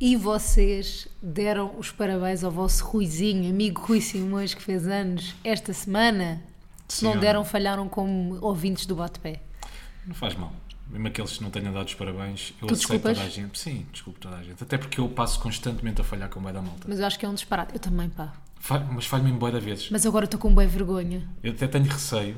E vocês deram os parabéns ao vosso Ruizinho, amigo Rui Simões, que fez anos esta semana? Se não deram, falharam como ouvintes do Bate-Pé. Não faz mal. Mesmo aqueles que não tenham dado os parabéns, eu Tu aceito desculpas? toda a gente. Sim, desculpo toda a gente. Até porque eu passo constantemente a falhar com o bué da malta. Mas eu acho que é um disparate. Eu também, pá. Mas falho mesmo bué da vezes. Mas agora estou com bué vergonha. Eu até tenho receio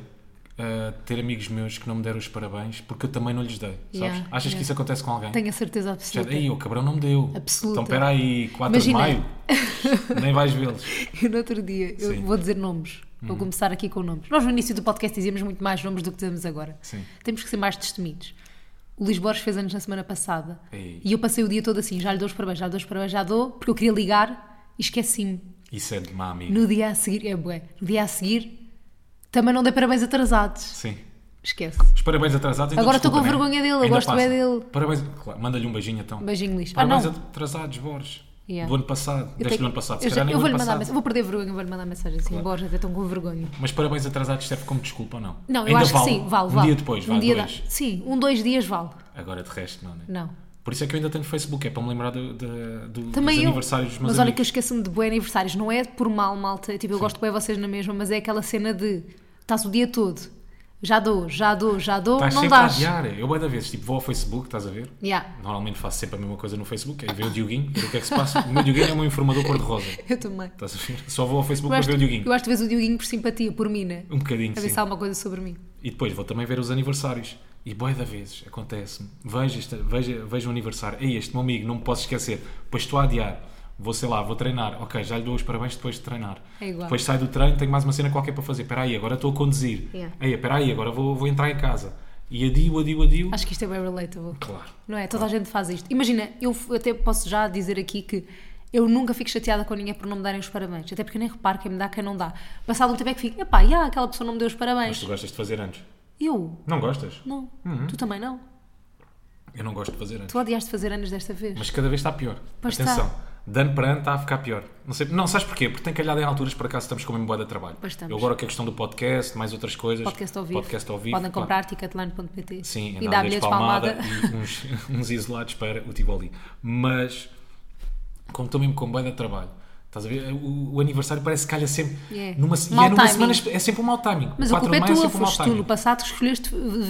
de ter amigos meus que não me deram os parabéns porque eu também não lhes dei, sabes? Yeah, Achas que isso acontece com alguém? Tenho a certeza Já, absoluta. ei, o cabrão não me deu. Absoluta. Então espera aí, 4 Imagina. de maio, nem vais vê-los. Eu no outro dia, eu Sim. vou dizer nomes. Vou começar aqui com nomes. Nós no início do podcast dizíamos muito mais nomes do que dizemos agora. Sim. Temos que ser mais destemidos. O Luís Borges fez anos na semana passada. Ei. E eu passei o dia todo assim, já lhe dou os parabéns, já lhe dou os parabéns, já dou, porque eu queria ligar e esqueci-me. Isso é de má amiga. No dia a seguir, no dia a seguir, também não dei parabéns atrasados. Sim. Esquece. Os parabéns atrasados ainda Agora estou com desculpa, né? vergonha dele, eu Ainda gosto bem passa. dele. Parabéns, claro, manda-lhe um beijinho então. Beijinho, Luís. Parabéns não. atrasados, Borges. Yeah. Do ano passado, Eu deste tenho- do ano passado. Se eu, calhar nem eu o vou-lhe ano mandar passado. mensagem. Vou perder vergonha, vou-lhe mandar mensagem assim. Claro. Borges, até estão com vergonha. Mas parabéns atrasados serve como desculpa ou não? Não, eu Ainda acho vale. que sim, vale. Um dia depois, vale dia dois. Sim, 2 dias vale. Agora de resto não, né? Não. Por isso é que eu ainda tenho Facebook, é para me lembrar Também dos eu. aniversários dos meus Mas olha que eu amigos. esqueço-me de bons aniversários. Não é por mal, malta. Tipo, eu gosto bem de vocês na mesma, mas é aquela cena de estás o dia todo. Já dou, Estás não sempre dás. a adiar. Eu, bué da vez, tipo, vou ao Facebook, estás a ver? Yeah. Normalmente faço sempre a mesma coisa no Facebook, é ver o Dioguinho, ver o que é que se passa. O meu Dioguinho é o meu informador cor-de-rosa. Eu também. Estás a ver? Só vou ao Facebook Eu para acho, ver o Dioguinho. eu acho que vês o Dioguinho por simpatia, por mim, né? Um bocadinho, A ver sim. se há alguma coisa sobre mim. E depois vou também ver os aniversários. E bué da vezes acontece-me. Vejo um aniversário. Ei, este meu amigo, não me posso esquecer. Depois estou a adiar. Vou, sei lá, vou treinar. Ok, já lhe dou os parabéns depois de treinar. É igual. Depois saio do treino, tenho mais uma cena qualquer para fazer. Espera aí, agora estou a conduzir. Yeah. Ei, espera aí, agora vou entrar em casa. E adio. Acho que isto é bem relatable. Claro. Não é? Toda a gente faz isto. Imagina, eu até posso já dizer aqui que eu nunca fico chateada com ninguém por não me darem os parabéns. Até porque eu nem reparo quem me dá, quem não dá. Passado um tempo é que fico, epá, aquela pessoa não me deu os Mas parabéns. tu gostas de fazer antes? Eu? Não gostas? Não. Uhum. Tu também não? Eu não gosto de fazer antes. Tu odiaste fazer anos desta vez? Mas cada vez está pior. Pois Atenção. está. De ano para ano está a ficar pior. Não sei, não, sabes porquê? Porque tem calhado em alturas, por acaso estamos com o mesmo bué de trabalho. Pois estamos. Eu agora que a questão do podcast, mais outras coisas. Podcast ao vivo. Podem pá. comprar ticketline.pt Sim, e em dar Aldeia bilhetes para a Almada. e uns isolados para o Tivoli. Mas, como estou mesmo com bué de trabalho, estás a ver? O aniversário parece que calha sempre Yeah. numa, Mau e é numa timing. semana, é sempre um mau timing. Mas a 4 culpa é de maio tua, sempre um mau foste tu timing. no passado que escolheste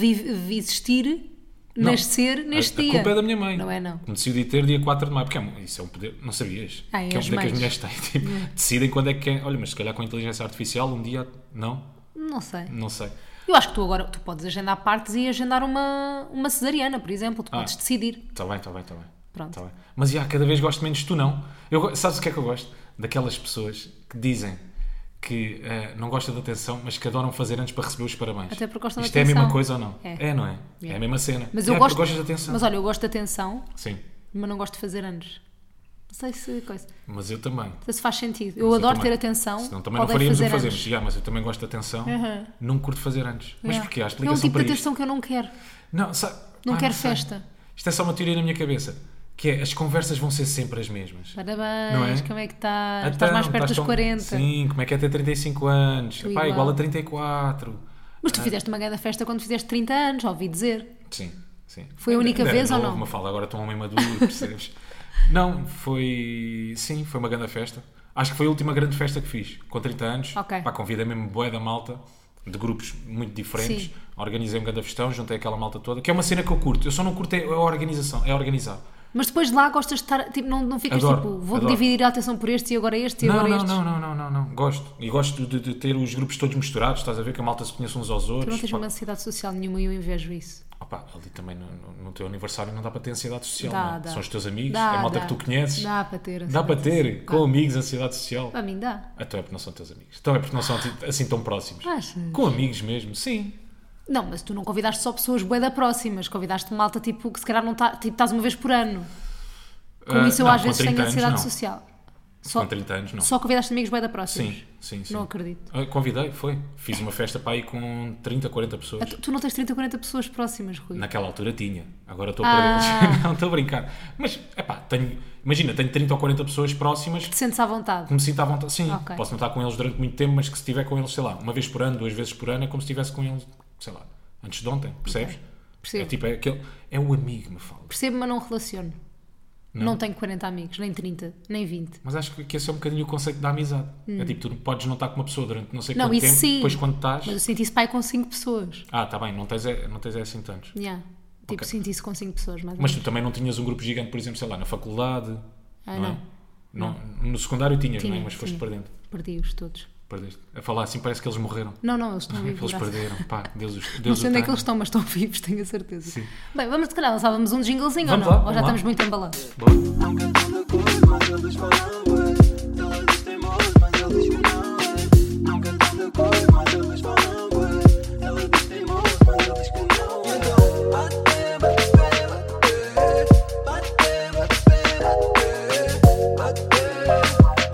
existir, Não. nascer neste a dia. culpa é da minha mãe. Não é, não. Me decidi ter dia 4 de maio, porque isso é um poder, não sabias? Ah, e que é um as poder que as mães? mulheres têm. Tipo, decidem quando é que querem. Olha, mas se calhar com a inteligência artificial, um dia, não Não sei. sei. Eu acho que tu agora tu podes agendar partes e agendar uma cesariana, por exemplo. Tu podes decidir. Está bem. Pronto. Tá bem. Mas cada vez gosto menos de tu, não. Sabes o que é que eu gosto? Daquelas pessoas que dizem que não gostam de atenção, mas que adoram fazer antes para receber os parabéns. Até porque gostam de Isto é a atenção. mesma coisa ou não? É. Não é? É. É a mesma cena. Mas eu porque gosto. gostas de atenção. Mas olha, eu gosto de atenção, Sim, mas não gosto de fazer anos. Não sei se coisa. mas eu também. Não sei se faz sentido. Eu Mas adoro também. ter atenção. Senão também não odeio faríamos o que fazer fazemos. anos. Já, mas eu também gosto de atenção. Uhum. Não curto fazer antes. Mas Yeah. porquê? Há É um explicação tipo para de isto. atenção que eu não quero. Não, Não quero sei. festa. Isto é só uma teoria na minha cabeça. Que é, as conversas vão ser sempre as mesmas. Parabéns, Não é? como é que estás? Então, Estás mais perto dos tão- 40. Sim, como é que é ter 35 anos? Tu Epá, igual. igual a 34. Mas tu fizeste uma grande festa quando fizeste 30 anos, ouvi dizer. Sim. Foi a única Ainda vez era ou novo, não? Uma fala, agora estou um homem maduro, percebes? Não, foi... Sim, foi uma grande festa. Acho que foi a última grande festa que fiz. Com 30 anos. Ok. Pá, convidei mesmo bué da malta, de grupos muito diferentes. Sim. Organizei um grande festão, juntei aquela malta toda. Que é uma cena que eu curto. Eu só não curto é a organização, é organizar. Mas depois de lá gostas de estar, tipo, não ficas Adoro, tipo, vou adoro. dividir a atenção por este e agora este e agora estes. Não. Gosto. E gosto de ter os grupos todos misturados, estás a ver que a malta se conhece uns aos Tu outros. não tens Pá, uma ansiedade social nenhuma e eu invejo isso. opá, ali também no teu aniversário não dá para ter ansiedade social, Dá, não é? dá. São os teus amigos, Dá, é a malta dá. que tu conheces. Dá para ter. Dá para ter, ansiedade com social. amigos, ansiedade social. Para mim dá. Então é porque não são teus amigos. Então é porque não são assim tão próximos. Achas? Com amigos mesmo, sim. Não, mas tu não convidaste só pessoas bué da próximas, convidaste malta tipo que se calhar não está, tipo estás uma vez por ano. Com isso eu Não, às com vezes 30 tenho anos, ansiedade não. social. Só, Com 30 anos, não. só convidaste amigos bué da próximos. Sim. Não acredito. Convidei, foi. Fiz uma festa para aí com 30, 40 pessoas. Tu não tens 30, 40 pessoas próximas, Rui. Naquela altura tinha. Agora estou a perder. Não, estou a brincar. Mas, imagina, tenho 30 ou 40 pessoas próximas Te sentes à vontade. que me sinto à vontade. Sim, Ok. posso não estar com eles durante muito tempo, mas que se estiver com eles, sei lá, uma vez por ano, 2 vezes por ano, é como se estivesse com eles, sei lá, antes de ontem, percebes? Percebo. É tipo, é o amigo, me fala. Percebo, mas não relaciono. Não tenho 40 amigos, nem 30, nem 20. Mas acho que esse é um bocadinho o conceito da amizade. É tipo, tu podes não estar com uma pessoa durante não sei Não, quanto isso tempo, sim. depois quando estás... Mas eu senti isso pai com 5 pessoas. Tá bem, não tens assim tantos. Yeah. Tipo, Ok. senti isso com 5 pessoas, mais ou Mas tu menos. também não tinhas um grupo gigante, por exemplo, sei lá, na faculdade, Ah, não é? não. No secundário tinhas, não é? Tinha, Mas foste tinha. perdendo. Perdi-os todos. Perdeste. A falar assim parece que eles morreram. Não, eles estão vivos. Eles graças a perderam. Pá, Deus Não os sei onde é que tenha. eles estão, mas estão vivos, tenho a certeza. Sim. Bem, vamos, se calhar, lançávamos um jinglezinho Vamos ou não? lá, Ou já vamos estamos lá. muito embalados? Boa. Não cantando a cor, mas eles falam bué. Ela diz teimoso, mas ele diz que não é. Não cantando a cor, mas eles falam bué. Ela diz teimoso, mas ele diz que não é. Então, bate, bate, bate, bate, bate,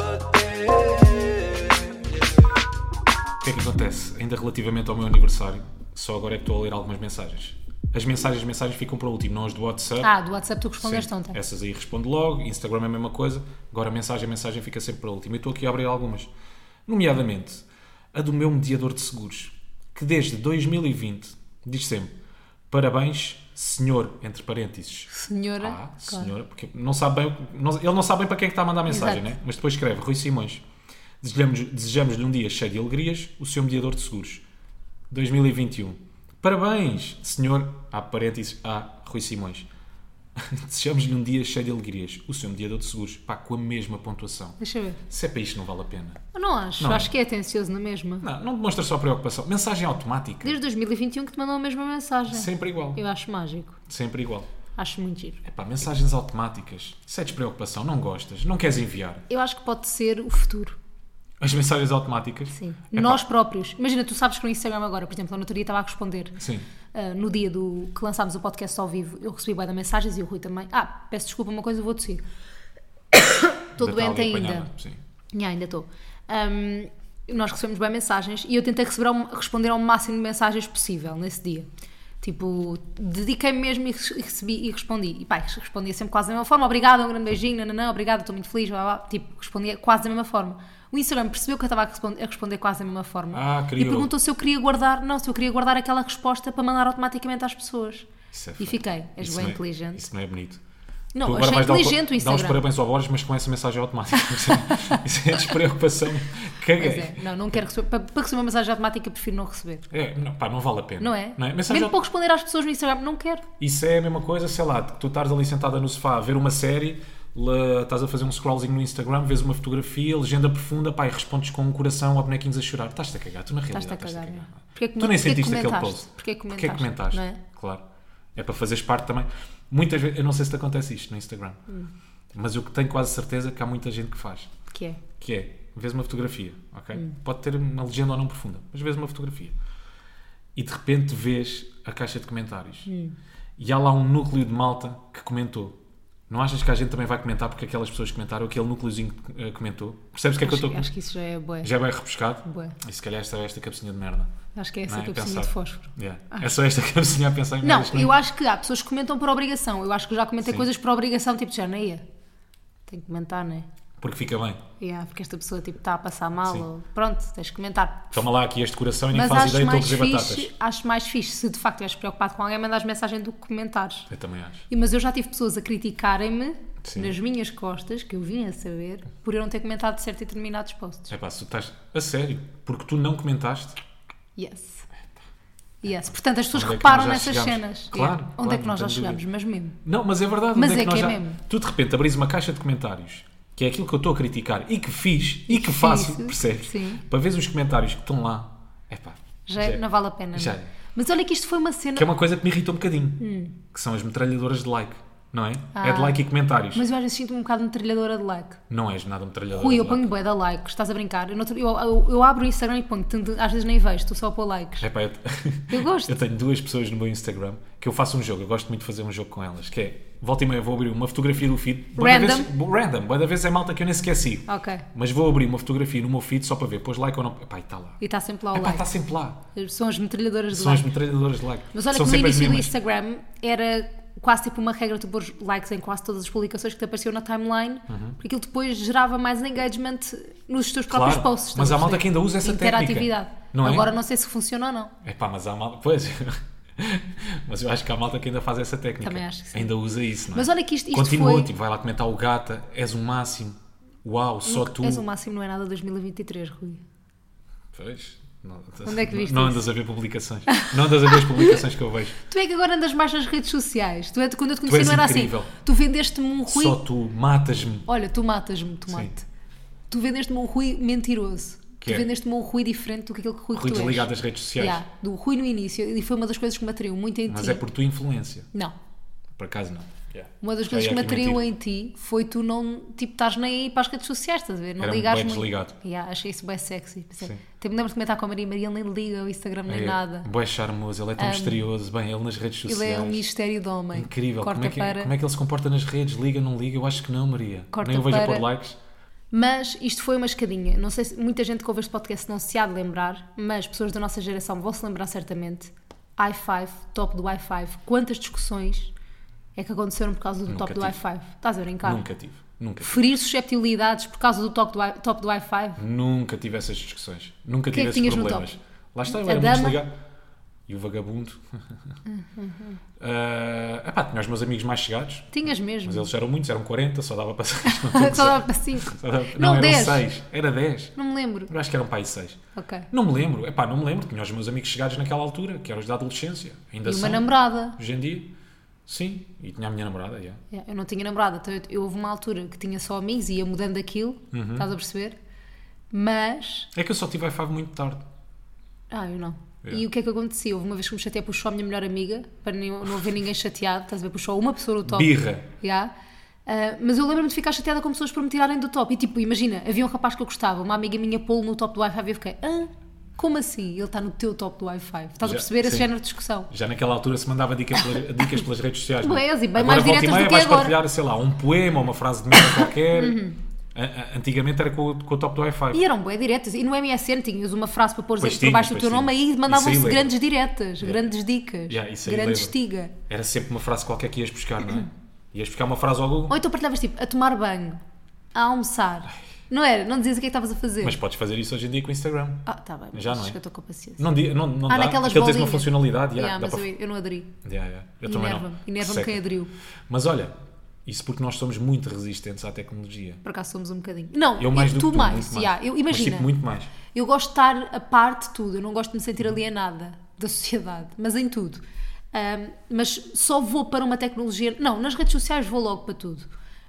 bate. O que é que acontece? Ainda relativamente ao meu aniversário, só agora é que estou a ler algumas mensagens. As mensagens ficam para o último, não as do WhatsApp. Do WhatsApp tu respondeste Sim, ontem. essas aí respondo logo, Instagram é a mesma coisa, agora a mensagem fica sempre para o último. Eu estou aqui a abrir algumas, nomeadamente a do meu mediador de seguros, que desde 2020 diz sempre parabéns, senhor, entre parênteses. Senhora. claro. Senhora, porque não sabe bem, ele não sabe bem para quem é que está a mandar mensagem, Exato. né? Mas depois escreve Rui Simões. Desejamos-lhe um dia cheio de alegrias, o seu mediador de seguros. 2021. Parabéns, senhor, parênteses, Rui Simões. Desejamos-lhe um dia cheio de alegrias, o seu mediador de seguros. Pá, com a mesma pontuação. Deixa eu ver. Se é para isto, não vale a pena. Eu não acho. Não é? Acho que é atencioso na mesma. Não demonstra só preocupação. Mensagem automática. Desde 2021 que te mandou a mesma mensagem. Sempre igual. Eu acho mágico. Sempre igual. Acho muito giro. Epá, mensagens automáticas. Isso é despreocupação, não gostas, não queres enviar. Eu acho que pode ser o futuro. As mensagens automáticas. Sim. Epá, Nós próprios. Imagina, tu sabes que no Instagram agora, por exemplo, eu no outro dia estava a responder. Sim. No dia que lançámos o podcast ao vivo, eu recebi bué de mensagens e o Rui também. Peço desculpa, uma coisa, vou tossir. Estou Ainda está doente ali ainda. apanhada, sim. Ainda estou. Nós recebemos bem mensagens e eu tentei responder ao máximo de mensagens possível nesse dia. Tipo, dediquei-me mesmo e recebi e respondi. E pá, respondia sempre quase da mesma forma. Obrigada, um grande beijinho, nananã, obrigada, estou muito feliz. Blá, blá. Tipo, respondia quase da mesma forma. O Instagram percebeu que eu estava a responder quase da mesma forma. criou. E perguntou se eu queria guardar aquela resposta para mandar automaticamente às pessoas. Isso é E feio. fiquei, és Isso bem não é- inteligente. Isso não é bonito. Não, Tu agora achei vais dar inteligente o Dá os Instagram. parabéns ao Borges, mas com essa mensagem automática. Isso é despreocupação. Caguei. Pois é, não quero receber. Para receber uma mensagem automática, prefiro não receber. Não vale a pena. Não é? Mensagem Mesmo para responder às pessoas no Instagram, não quero. Isso é a mesma coisa, sei lá, que tu estás ali sentada no sofá a ver uma série, estás a fazer um scrollzinho no Instagram, vês uma fotografia, legenda profunda, pá, e respondes com um coração ou bonequinhos a chorar. Estás-te a cagar, tu na realidade Estás-te a estás-te cagar, a cagar. Porquê que Tu nem porquê que sentiste aquele comentaste? post. Porquê que Porquê que comentaste? Não é? Claro. É para fazeres parte também. Muitas vezes, eu não sei se te acontece isto no Instagram, mas eu tenho quase certeza que há muita gente que faz. Que é, vês uma fotografia, ok? Pode ter uma legenda ou não profunda, mas vês uma fotografia. E de repente vês a caixa de comentários. E há lá um núcleo de malta que comentou. Não achas que a gente também vai comentar porque aquelas pessoas comentaram, aquele núcleozinho comentou? Percebes o que é que eu estou... Acho que isso já é bué. Já é bem repescado? Bué. E se calhar esta cabecinha de merda. Acho que é Não essa é? cabecinha Pensar. de fósforo. Yeah. É só esta cabecinha a pensar em Não, merdas que eu acho que há pessoas que comentam por obrigação. Eu acho que já comentei Sim. coisas por obrigação, tipo, já não ia. Tenho que comentar, não é? Porque fica bem. Porque esta pessoa tipo, está a passar mal. Sim. Ou... Pronto, tens que comentar. Toma lá aqui este coração e nem Mas faz acho ideia, estou a mais, cozer fixe, batatas. acho mais fixe se de facto estiveres preocupado com alguém, mandares mensagem do que comentares. Eu também acho. Mas eu já tive pessoas a criticarem-me Sim. nas minhas costas, que eu vim a saber, por eu não ter comentado certos e determinados posts. É pá, se tu estás a sério, porque tu não comentaste, Yes. Portanto, as pessoas Onde é que reparam nós já nessas chegamos? cenas. Claro, Onde claro, é que nós já não tenho chegamos? Mas mesmo. Não, mas é verdade. Mas onde é nós que é já... mesmo. Tu de repente abris uma caixa de comentários, que é aquilo que eu estou a criticar e que fiz e que faço, fiz, percebes? sim. Para ver os comentários que estão lá, é pá. Não vale a pena. Já não. é. Mas olha que isto foi uma cena. Que é uma coisa que me irrita um bocadinho, que são as metralhadoras de like, não é? É de like e comentários. Mas eu às vezes sinto-me um bocado metralhadora de like. Não és nada metralhadora Rui, de eu like. ponho bué da like, estás a brincar? Eu abro o Instagram e ponho, às vezes nem vejo, estou só a pôr likes. É pá, Eu gosto. Eu tenho duas pessoas no meu Instagram que eu faço um jogo, eu gosto muito de fazer um jogo com elas, que é, volta e meia vou abrir uma fotografia do feed. Random. Bué da vez é malta que eu nem sequer sigo. Ok. Mas vou abrir uma fotografia no meu feed só para ver, pôs like ou não. Epá, e está lá. E está sempre lá o Epá, like. está sempre lá. São as metralhadoras de São as like. metralhadoras de like. Mas olha São que no sempre as início do mesmas. Instagram era quase tipo uma regra tu pôr likes em quase todas as publicações que te apareciam na timeline, porque aquilo depois gerava mais engagement nos teus próprios Claro, posts. mas estás a há malta perceber? que ainda usa essa técnica. Interatividade. Não é? Agora não sei se funciona ou não. Epá, mas há malta. Pois. Mas eu acho que há malta que ainda faz essa técnica. Também acho que sim. Ainda usa isso, não é? Mas olha que isto Continua, foi... tipo, vai lá comentar o gata, és o máximo. Uau, só tu. És o máximo, não é nada 2023, Rui. Pois. Não, Onde é que viste não isso? andas a ver publicações. Não andas a ver as publicações que eu vejo. Tu é que agora andas mais nas redes sociais. Quando eu te Tu conheci és não era incrível. assim. Tu vendeste-me um Rui... Só tu matas-me. Olha, tu matas-me, tomate. Tu vendeste-me um Rui mentiroso. Que Tu é? vendeste-me um Rui diferente do que aquele Rui que Rui tu és. desligado das redes sociais. Yeah, do Rui no início. E foi uma das coisas que me atraiu muito em Mas ti. é por tua influência. Não. Por acaso não. Yeah. Uma das Já coisas ia que me aqui atraiu mentir. em ti foi tu não, tipo, estás nem aí para as redes sociais, estás a ver? Não Era ligares bem muito. desligado. Yeah, achei isso bem sexy. Pensei, Sim. até me lembro de comentar com a Maria, ele nem liga o Instagram nem nada. Bué charmoso, ele é tão misterioso. Bem, ele nas redes sociais. Ele é um mistério de homem. Incrível. Corta Como é, que, para... como é que ele se comporta nas redes? Liga, não liga? Eu acho que não, Maria. Corta Nem eu vejo a para- pôr likes. Mas isto foi uma escadinha. Não sei se muita gente que ouve este podcast não se há de lembrar, mas pessoas da nossa geração vão se lembrar certamente. i5, top do i5. Quantas discussões é que aconteceram por causa do Nunca top do tive. i5? Estás a brincar? Nunca tive. Nunca tive. Ferir susceptibilidades por causa do top do i5? Nunca tive essas discussões. Nunca Quem tive é que esses tinhas no problemas. top? Lá está, eu A era muito dama? desligado. E o vagabundo. Epá, tinha os meus amigos mais chegados, Tinhas mesmo. mas eles eram muitos, eram 40, só dava para 6. Só dava para 5. Não, Não, eram 10. 6. Era 10. Não me lembro. Eu acho que eram para aí 6. Ok. Não me lembro. Epá, não me lembro. Tinha os meus amigos chegados naquela altura, que eram os da adolescência. Ainda E são. uma namorada. Hoje em dia. Sim. E tinha a minha namorada, yeah. Yeah, eu não tinha namorada. Então eu houve uma altura que tinha só amigos e ia mudando aquilo. Uhum. Estás a perceber? Mas... É que eu só tive i5 muito tarde. eu não. Yeah. E o que é que acontecia? Houve uma vez que me chateei, puxou a minha melhor amiga, para não haver ninguém chateado, estás a ver? Puxou uma pessoa no top. Birra. Yeah. Mas eu lembro-me de ficar chateada com pessoas por me tirarem do top. E tipo, imagina, havia um rapaz que eu gostava, uma amiga minha pô-lo no top do Wi-Fi e eu fiquei, como assim? Ele está no teu top do Wi-Fi. Estás a Já, perceber esse sim. género de discussão? Já naquela altura se mandava dicas pelas redes sociais. não é? Pois, e bem Agora, mais volta e diretas meia, do que vais agora. partilhar, sei lá, um poema ou uma frase de merda qualquer. Antigamente era com o top do Wi-Fi. E eram bué diretas. E no MSN tinhas uma frase para pôr Pois por tinha, baixo do pois teu nome, tinha. aí mandavam-se Isso aí grandes diretas, grandes dicas, Yeah, isso aí grandes lembro. estiga. Era sempre uma frase qualquer que ias buscar, não é? Ias buscar uma frase ao Google. Ou então partilhavas tipo, a tomar banho, a almoçar. Não era? Não dizias o que é que estavas a fazer? Mas podes fazer isso hoje em dia com o Instagram. Tá bem, mas Já não acho é? que eu estou com paciência. Não dá. naquelas Aquele tens uma bolinhas. funcionalidade. Yeah, dá mas para- eu não aderi. Eu também não. Enerva-me Seca. quem aderiu. Mas olha, isso porque nós somos muito resistentes à tecnologia. Por acaso somos um bocadinho. Não, Eu mais do que tu tu, mais. muito mais. Yeah, eu, Mas imagina, tipo, muito mais. eu gosto de estar a parte de tudo. Eu não gosto de me sentir alienada da sociedade, mas em tudo. Mas só vou para uma tecnologia. Não, nas redes sociais vou logo para tudo.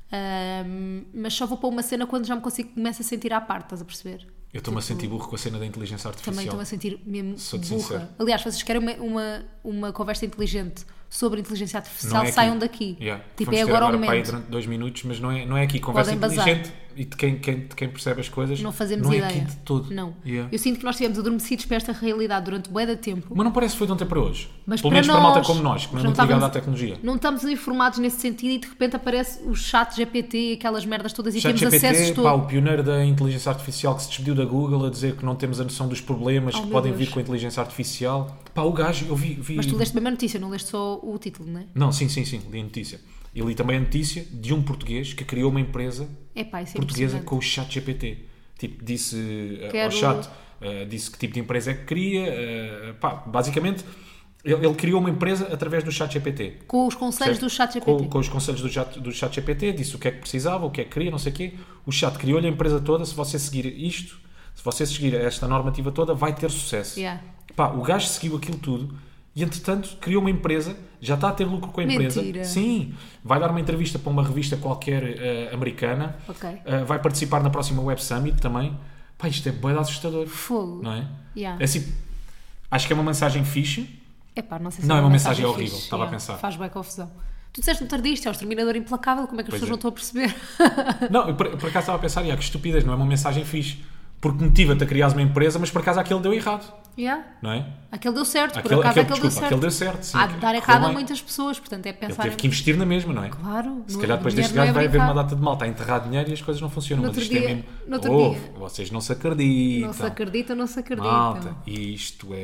Mas só vou para uma cena quando já me começo a sentir à parte, estás a perceber? Eu estou-me a sentir burro com a cena da inteligência artificial. Também estou a sentir mesmo Sou-te burra. sincero. Aliás, se vocês querem uma conversa inteligente sobre inteligência artificial, Não é saiam aqui. daqui. Yeah. Tipo, Vamos é ter agora o para aí momento. durante 2 minutos, mas não é aqui. Conversa Podem bazar. inteligente e de quem percebe as coisas. Não fazemos não ideia. é aqui de todo. Não. Yeah. Eu sinto que nós estivemos adormecidos para esta realidade durante bué de tempo. Mas não parece que foi de ontem para hoje. Mas Pelo para menos para a malta nós, como nós, que não é não muito ligada à estávamos- tecnologia. Não estamos informados nesse sentido e de repente aparece o chat GPT e aquelas merdas todas e Chat temos acessos GPT, todos. o pioneiro da inteligência artificial que se despediu da Google a dizer que não temos a noção dos problemas que meu podem Deus. vir com a inteligência artificial. O gajo, eu vi... Mas tu leste bem a notícia, não leste só o título, não é? Não, sim, li a notícia. E li também a notícia de um português que criou uma empresa Epá, isso é portuguesa impressionante. com o chat GPT. Tipo, disse Quero- ao chat, disse que tipo de empresa é que queria. Basicamente, ele criou uma empresa através do chat GPT. Com os conselhos do chat GPT. Com os conselhos do chat GPT, disse o que é que precisava, o que é que queria, não sei o quê. O chat criou-lhe a empresa toda. Se você seguir isto, se você seguir esta normativa toda, vai ter sucesso. Yeah. O gajo seguiu aquilo tudo e, entretanto, criou uma empresa, já está a ter lucro com a empresa. Mentira. Sim, vai dar uma entrevista para uma revista qualquer americana. Ok. Vai participar na próxima Web Summit também. Isto é bué de assustador. Fogo. Não é? Yeah. É assim, acho que é uma mensagem fixe. Epá, não sei se Não, é uma mensagem fixe. horrível, estava a pensar. Faz bem confusão. Tu disseste no tardista, é o exterminador implacável, como é que as Pois pessoas é. não estão a perceber? Não, eu por acaso estava a pensar, que estupidez, não é uma mensagem fixe. Porque motiva-te a criares uma empresa, mas por acaso aquele deu errado. Yeah. Não é? Aquele deu certo, por Aquele acaso aquele deu desculpa, certo. aquele deu certo. Sim, Há de dar correu errado a bem. muitas pessoas, portanto é Ele pensar teve que investir na mesma, não é? Claro. Se calhar depois deste dinheiro gajo não é vai haver uma brincar. data de malta a enterrar dinheiro e as coisas não funcionam. No Mas outro isto é dia- mesmo. no outro dia. Vocês não se acreditam. Não se acreditam, não se acreditam. Malta, isto é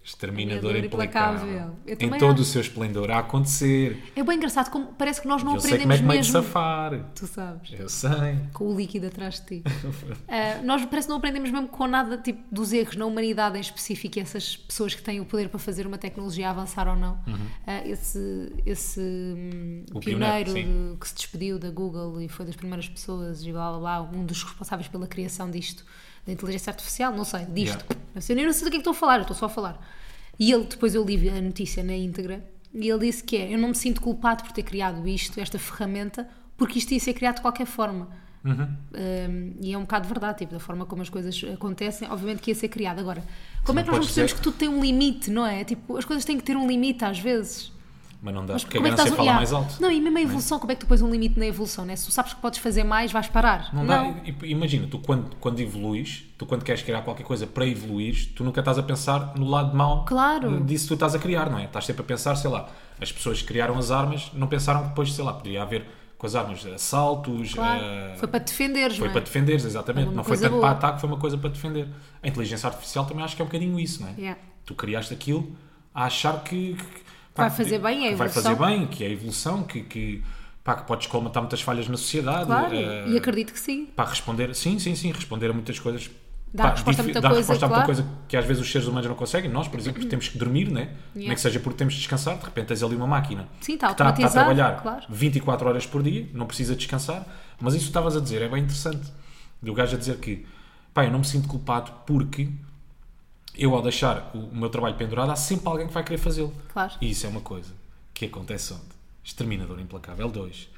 Exterminador implacável. Eu Em também todo acho. o seu esplendor a acontecer. É bem engraçado, como parece que nós não Eu sei como aprendemos é que meio de mesmo. safar. Tu sabes. Eu sei. Com o líquido atrás de ti. Nós parece que não aprendemos mesmo com nada tipo, dos erros na humanidade em específico e essas pessoas que têm o poder para fazer uma tecnologia avançar ou não. O Pioneiro sim. que se despediu da Google e foi das primeiras pessoas e blá blá blá, um dos responsáveis pela criação disto, da inteligência artificial, não sei, disto. Yeah. Eu nem sei do que é que estou a falar, eu estou só a falar. E ele, depois eu li a notícia na íntegra e ele disse que eu não me sinto culpado por ter criado isto, esta ferramenta, porque isto ia ser criado de qualquer forma. E é um bocado verdade, tipo, da forma como as coisas acontecem, obviamente que ia ser criado. Agora, como é que nós não percebemos que tudo tem um limite, não é? Tipo, as coisas têm que ter um limite às vezes. Mas não dá, Mas porque a como é que ganância estás fala mais alto. Não, e mesmo a evolução, como é que tu pões um limite na evolução, né? Se tu sabes que podes fazer mais, vais parar. Não dá. Imagina, tu quando evoluís, tu quando queres criar qualquer coisa para evoluir, tu nunca estás a pensar no lado mau Claro. disso que tu estás a criar, não é? Estás sempre a pensar, sei lá, as pessoas que criaram as armas não pensaram que depois, sei lá, poderia haver com as armas assaltos. Claro. Foi para te defenderes, Foi não é? para defenderes, exatamente. Foi uma Não foi coisa tanto boa. para ataque, foi uma coisa para defender. A inteligência artificial também acho que é um bocadinho isso, não é? Yeah. Tu criaste aquilo a achar que Vai fazer bem, é a que vai evolução. fazer bem, que é a evolução, que podes colmatar muitas falhas na sociedade. Claro, e acredito que sim. Para responder, sim, responder a muitas coisas. Dá resposta a muita dá coisa, resposta a muita claro. coisa que às vezes os seres humanos não conseguem. Nós, por exemplo, temos que dormir, né? Nem que seja porque temos de descansar. De repente tens ali uma máquina Sim, está que está a automatizado, trabalhar claro. 24 horas por dia, não precisa descansar. Mas isso que estavas a dizer é bem interessante. E o gajo a dizer que, eu não me sinto culpado porque eu, ao deixar o meu trabalho pendurado, há sempre alguém que vai querer fazê-lo. Claro. E isso é uma coisa que acontece onde? Exterminador Implacável 2.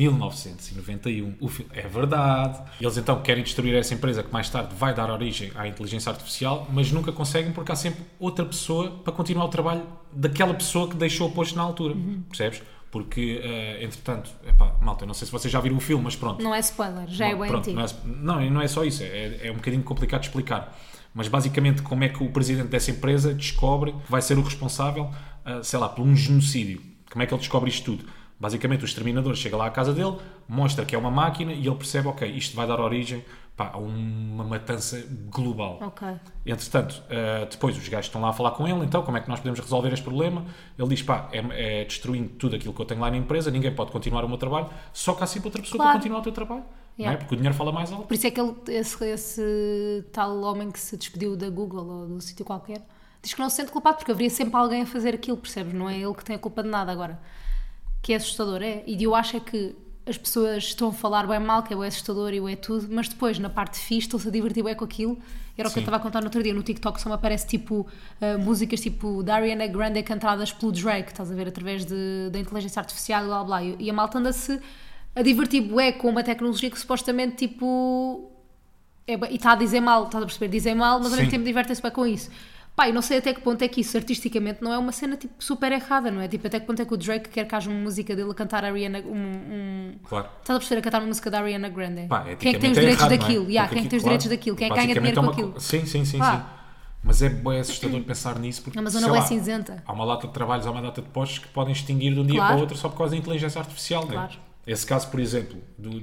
1991, o filme, é verdade. Eles então querem destruir essa empresa que mais tarde vai dar origem à inteligência artificial, mas nunca conseguem porque há sempre outra pessoa para continuar o trabalho daquela pessoa que deixou o posto na altura. Percebes? Porque, entretanto, malta, eu não sei se vocês já viram o filme, mas pronto. Não é spoiler, já é bem Pronto, antigo. não é só isso, é um bocadinho complicado de explicar. Mas basicamente, como é que o presidente dessa empresa descobre que vai ser o responsável, sei lá, por um genocídio? Como é que ele descobre isto tudo? Basicamente, o exterminador chega lá à casa dele, mostra que é uma máquina e ele percebe, ok, isto vai dar origem a uma matança global. Ok. Entretanto, depois os gajos estão lá a falar com ele, então como é que nós podemos resolver este problema? Ele diz, é destruindo tudo aquilo que eu tenho lá na empresa, ninguém pode continuar o meu trabalho, só que há sempre outra pessoa Claro. para continuar o teu trabalho. Não é? Porque o dinheiro fala mais alto. Por isso é que esse tal homem que se despediu da Google ou do sítio qualquer diz que não se sente culpado porque haveria sempre alguém a fazer aquilo, percebes? Não é ele que tem a culpa de nada agora. Que é assustador, é. E eu acho é que as pessoas estão a falar bem mal, que é o assustador e o é tudo, mas depois, na parte fixe, estão-se a divertir bem com aquilo. Era o que eu Sim. estava a contar no outro dia. No TikTok só me aparece tipo músicas tipo da Ariana Grande cantadas pelo Drake, estás a ver, através da inteligência artificial e blá blá. E a malta anda-se a divertir bué com uma tecnologia que supostamente tipo. E está a dizer mal, estás a perceber? Dizem mal, mas ao mesmo Sim. tempo divertem-se bem com isso. Pá, eu não sei até que ponto é que isso artisticamente não é uma cena tipo super errada, não é? Tipo, até que ponto é que o Drake quer que haja uma música dele a cantar a Ariana. Claro. Estás a perceber a cantar uma música da Ariana Grande? Pá, Quem é que tem os eticamente direitos errado, não é? daquilo? Yeah, Porque quem é que tem os claro, direitos daquilo? Quem é que ganha basicamente dinheiro com é uma aquilo? Sim. Pá. Mas é bem assustador pensar nisso porque É uma sei zona bem lá, cinzenta. há uma data de trabalhos, há uma data de postos que podem extinguir de um dia Claro. para o outro só por causa da inteligência artificial. Né? Claro. Esse caso, por exemplo,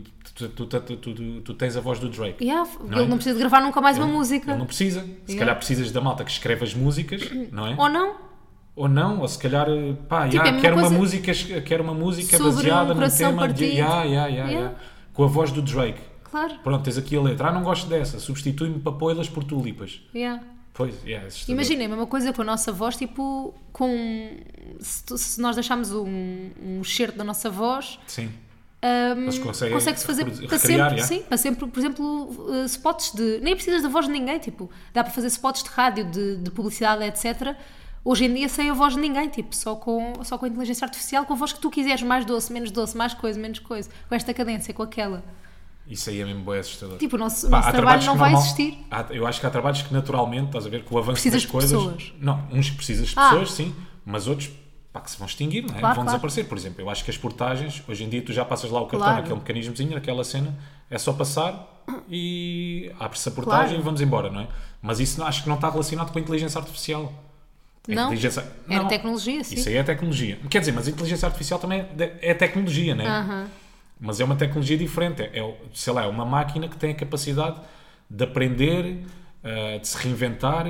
tu tens a voz do Drake. Yeah, Não ele é? não precisa de gravar nunca mais uma Ele música. não precisa. Se calhar precisas da malta que escreve as músicas, não é? Ou não? Ou não, ou se calhar, Tipo, é a mesma quero uma música Sobre baseada um num coração tema partido. Yeah. Com a voz do Drake. Claro. Pronto, tens aqui a letra. Não gosto dessa. Substitui-me papoilas por tulipas. Yeah. Pois, assustador. Imagina, a mesma coisa com a nossa voz, tipo, se nós deixarmos um excerto da nossa voz, Sim. Eles conseguem consegue-se fazer para recriar, sempre, yeah. sim, para sempre, por exemplo, spots de. Nem precisas da voz de ninguém, tipo, dá para fazer spots de rádio, de publicidade, etc. Hoje em dia sem a voz de ninguém, tipo, só com a inteligência artificial, com a voz que tu quiseres, mais doce, mais coisa, menos coisa, com esta cadência, com aquela. Isso aí é mesmo bem assustador. Tipo, o nosso Há trabalho trabalhos não que vai normal- existir. Eu acho que há trabalhos que naturalmente, estás a ver, com o avanço Precisas das de coisas. pessoas. Não, uns que precisas de pessoas, sim, mas outros que se vão extinguir, não é? Claro, Vão claro. desaparecer. Por exemplo, eu acho que as portagens, hoje em dia tu já passas lá o cartão, Claro. aquele mecanismozinho, aquela cena, é só passar e abre-se a portagem Claro. e vamos embora, não é? Mas isso acho que não está relacionado com a inteligência artificial. A Não, inteligência- era não. tecnologia, sim. Isso aí é tecnologia. Quer dizer, mas a inteligência artificial também é tecnologia, não é? Aham. Mas é uma tecnologia diferente. Sei lá, é uma máquina que tem a capacidade de aprender, de se reinventar,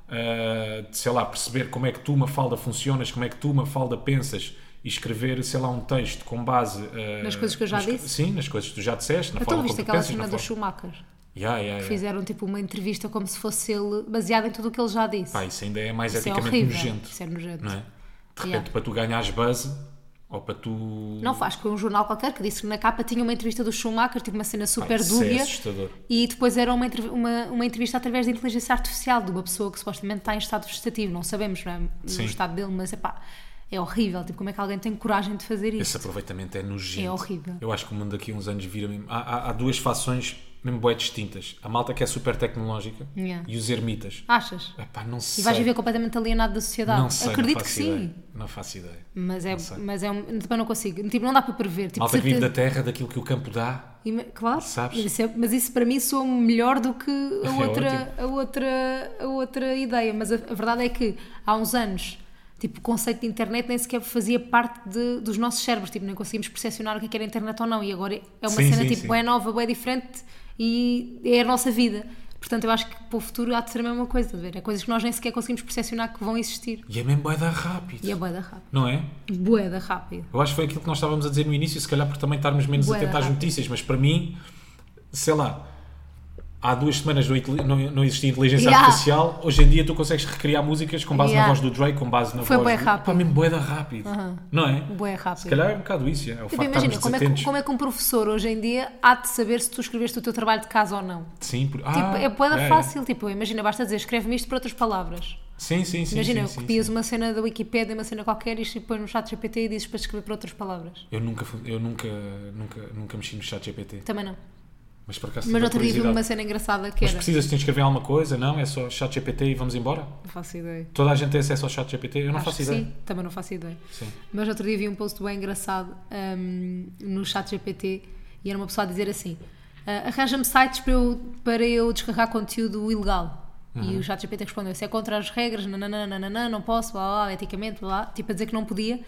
sei lá, perceber como é que tu, Mafalda, funcionas, como é que tu, Mafalda, pensas e escrever, sei lá, um texto com base... Nas coisas que eu já disse? Sim, nas coisas que tu já disseste, na Então forma viste como tu aquela pensas, cena na do forma... Schumacher? Yeah. Fizeram tipo uma entrevista como se fosse ele, baseada em tudo o que ele já disse. Pá, isso ainda é mais Isso é eticamente horrível. nojento. Isso é nojento. Não é? De repente, Yeah. para tu ganhares buzz, ou para tu... Não faz, foi um jornal qualquer que disse que na capa tinha uma entrevista do Schumacher, tipo uma cena super isso é dúbia. assustador. E depois era uma entrevista através de inteligência artificial de uma pessoa que supostamente está em estado vegetativo. Não sabemos, não é? Sim. O estado dele, mas é horrível. Tipo, como é que alguém tem coragem de fazer isso? Esse aproveitamento é nojento. É horrível. Eu acho que o mundo daqui a uns anos vira mesmo... Há duas fações mesmo bué distintas. A malta que é super tecnológica Yeah. e os ermitas. Achas? Epá, não sei. E vais viver completamente alienado da sociedade. Não sei, Acredito não que faço sim. ideia. Não faço ideia. Mas Não sei. também não consigo. Tipo, não dá para prever. Tipo, Malta que vive certeza- da terra, daquilo que o campo dá. Claro, Sabes? mas isso para mim soa melhor do que É a outra ideia. Mas a verdade é que há uns anos, tipo, o conceito de internet nem sequer fazia parte dos nossos cérebros, tipo, nem conseguimos percepcionar o que era internet ou não. E agora é uma Sim, cena sim, tipo, sim. bué nova, bué diferente e é a nossa vida. Portanto, eu acho que para o futuro há de ser a mesma coisa, estás a ver? É coisas que nós nem sequer conseguimos percepcionar que vão existir. E é mesmo bué da rápido. E é bué da rápido. Não é? Bué da rápido. Eu acho que foi aquilo que nós estávamos a dizer no início, se calhar por também estarmos menos Bué atentos às rápido. notícias, mas para mim, sei lá, há 2 semanas não existia inteligência Yeah. artificial, hoje em dia tu consegues recriar músicas com base Yeah. na voz do Drake, com base na Foi voz bué do... rápido. Pá, mesmo bué da rápido. Não é? Bué rápido. Se calhar é um bocado isso, é o Tipo, facto de imagina, estarmos como desatentos. é que um professor hoje em dia há de saber se tu escreveste o teu trabalho de casa ou não? Sim, Tipo, é bué fácil. Tipo, imagina, basta dizer, escreve-me isto por outras palavras. Sim. Imagina, sim, copias sim. uma cena da Wikipédia, uma cena qualquer, e pões no chat GPT e dizes para escrever por outras palavras. Eu nunca mexi no chat GPT. Também não. Mas por acaso Mas tive a outro dia vi curiosidade. uma cena engraçada que Mas era... precisas de escrever alguma coisa? Não? É só chat GPT e vamos embora? Não faço ideia. Toda a gente tem acesso ao chat GPT? Eu não Acho faço que ideia. sim, também não faço ideia. Sim. Mas outro dia vi um post bem engraçado no chat GPT e era uma pessoa a dizer assim: arranja-me sites para eu descarregar conteúdo ilegal. E o chat GPT respondeu: se é contra as regras, nananana, não posso, blá, blá, eticamente, blá, tipo a dizer que não podia.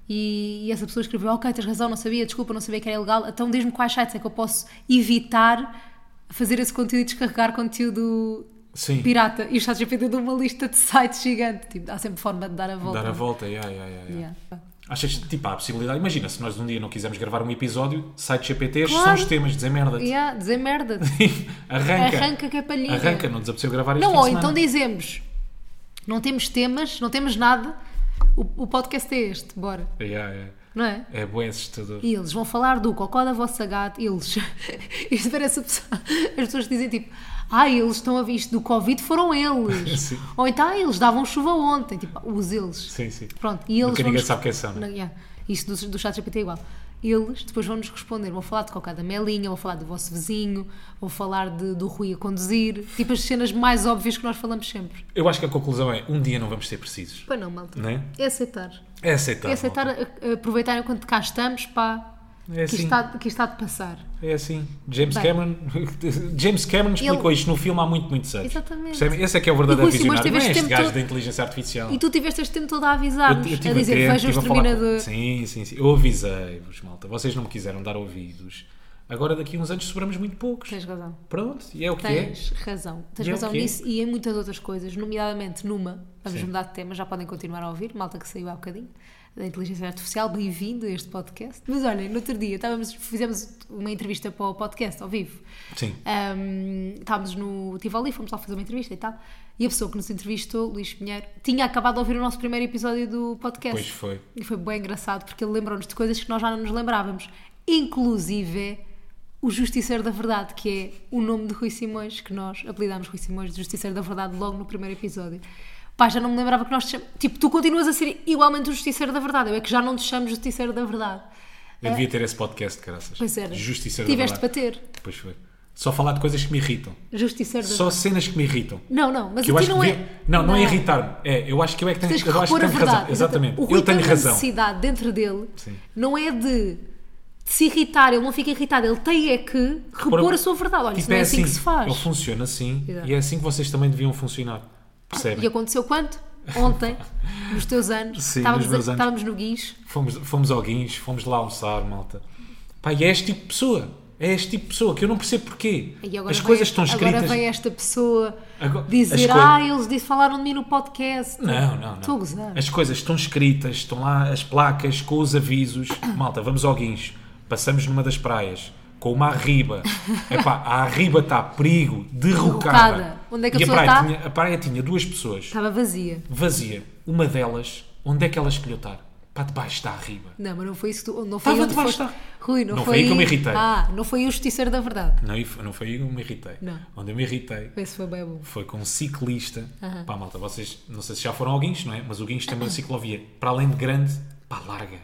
E essa pessoa escreveu: ok, tens razão, não sabia, desculpa, não sabia que era ilegal, então diz-me quais sites é que eu posso evitar fazer esse conteúdo e descarregar conteúdo Sim. pirata. E o chat GPT deu uma lista de sites gigante. Tipo, há sempre forma de dar a volta. Dar a volta, Yeah. Achas que tipo, há a possibilidade? Imagina, se nós um dia não quisermos gravar um episódio, site GPT Claro. são os temas, dizer merda. Dizer merda. Arranca. Que é palhinha. Arranca, não desapeteceu gravar este Não, fim ou de então semana. dizemos: não temos temas, não temos nada, o podcast é este, bora. Não é? É bué assustador. E eles vão falar do cocó da vossa gata. Eles. Isto parece as pessoas que dizem tipo: eles estão a ver isto do Covid, foram eles. Sim. Ou então, eles davam chuva ontem. Tipo, os eles. Sim. Pronto. E eles Nunca vão ninguém sabe quem são, né? Isto do chat GPT é igual. Eles depois vão-nos responder. Vão falar de cocó da Melinha, vão falar do vosso vizinho, vão falar do Rui a conduzir. Tipo as cenas mais óbvias que nós falamos sempre. Eu acho que a conclusão é, um dia não vamos ser precisos. Pois não, malta. Não é? É aceitar. É aceitar. É aceitar, malta. aproveitar enquanto cá estamos, pá. É assim. Que está de passar. É assim. James Bem. Cameron explicou isto no filme há muitos anos. Exatamente. Percebem? Esse é que é o verdadeiro E Rui Simões visionário. Não é teve este este gajo tempo da inteligência artificial. E tu tiveste este tempo todo a avisar-nos, Eu a tive dizer, tempo, vejam o tive a falar Exterminador. Sim. Eu avisei-vos, malta. Vocês não me quiseram dar ouvidos. Agora daqui a uns anos sobramos muito poucos. Tens razão. Pronto, e é o que Tens razão. Tens E é o razão que é. nisso e em muitas outras coisas, nomeadamente numa, vamos Sim. mudar de tema, já podem continuar a ouvir, malta que saiu há bocadinho, da inteligência artificial, bem-vindo a este podcast. Mas olhem, no outro dia fizemos uma entrevista para o podcast ao vivo. Sim. Estávamos no Tivoli, fomos lá fazer uma entrevista e tal, e a pessoa que nos entrevistou, Luís Pinheiro, tinha acabado de ouvir o nosso primeiro episódio do podcast. Pois foi. E foi bem engraçado porque ele lembrou-nos de coisas que nós já não nos lembrávamos, inclusive o Justiceiro da Verdade, que é o nome de Rui Simões, que nós apelidámos Rui Simões de Justiceiro da Verdade logo no primeiro episódio. Pá, já não me lembrava que nós te chamamos... Tipo, tu continuas a ser igualmente o Justiceiro da Verdade, eu é que já não te chamo Justiceiro da Verdade. Eu devia ter esse podcast, caraças. Pois era. Justiceiro da Tiveste para Verdade. ter. Pois foi. Só falar de coisas que me irritam. Justiceiro da Só Verdade. cenas que me irritam. Não, mas Que eu a ti acho não que é... devia... Não é irritar-me. Eu acho que eu é que tenho, Tens que eu acho que repor a tenho verdade. razão. Exatamente. O Rui Eu tenho tem uma razão. necessidade dentro dele, Sim. não é de se irritar, ele não fica irritado, ele tem é que repor a sua verdade. Olha, isso não é assim que se faz. Ele funciona assim. Exato. E é assim que vocês também deviam funcionar. Percebem? E aconteceu quando? Ontem, nos teus anos, Sim, nos meus anos. estávamos no Guincho. Fomos ao Guincho, fomos lá almoçar, malta. Pá, e é este tipo de pessoa. É este tipo de pessoa que eu não percebo porquê. E agora As vem coisas estão escritas... Agora vem esta pessoa Agora- as dizer, coisas- falaram de mim no podcast. Não. Estou a gozar. As coisas estão escritas, estão lá as placas com os avisos. Malta, vamos ao guincho. Passamos numa das praias com uma arriba. Epá, a arriba está perigo, derrocada. Derrocada. Onde é que a E pessoa está? a praia tinha 2 pessoas. Estava vazia. Vazia. Uma delas, onde é que ela escolheu estar? Para debaixo da arriba. Não, mas não foi isso que tu... Não foi Estava onde debaixo foste- da- Rui, não Não foi foi aí que eu me irritei. Não foi aí o justiceiro da verdade. Não foi aí que eu me irritei. Não. Onde eu me irritei Esse foi bem bom. foi com um ciclista. Pá, malta, vocês não sei se já foram ao guincho, não é? Mas o guincho tem uma ciclovia, para além de grande, pá, larga.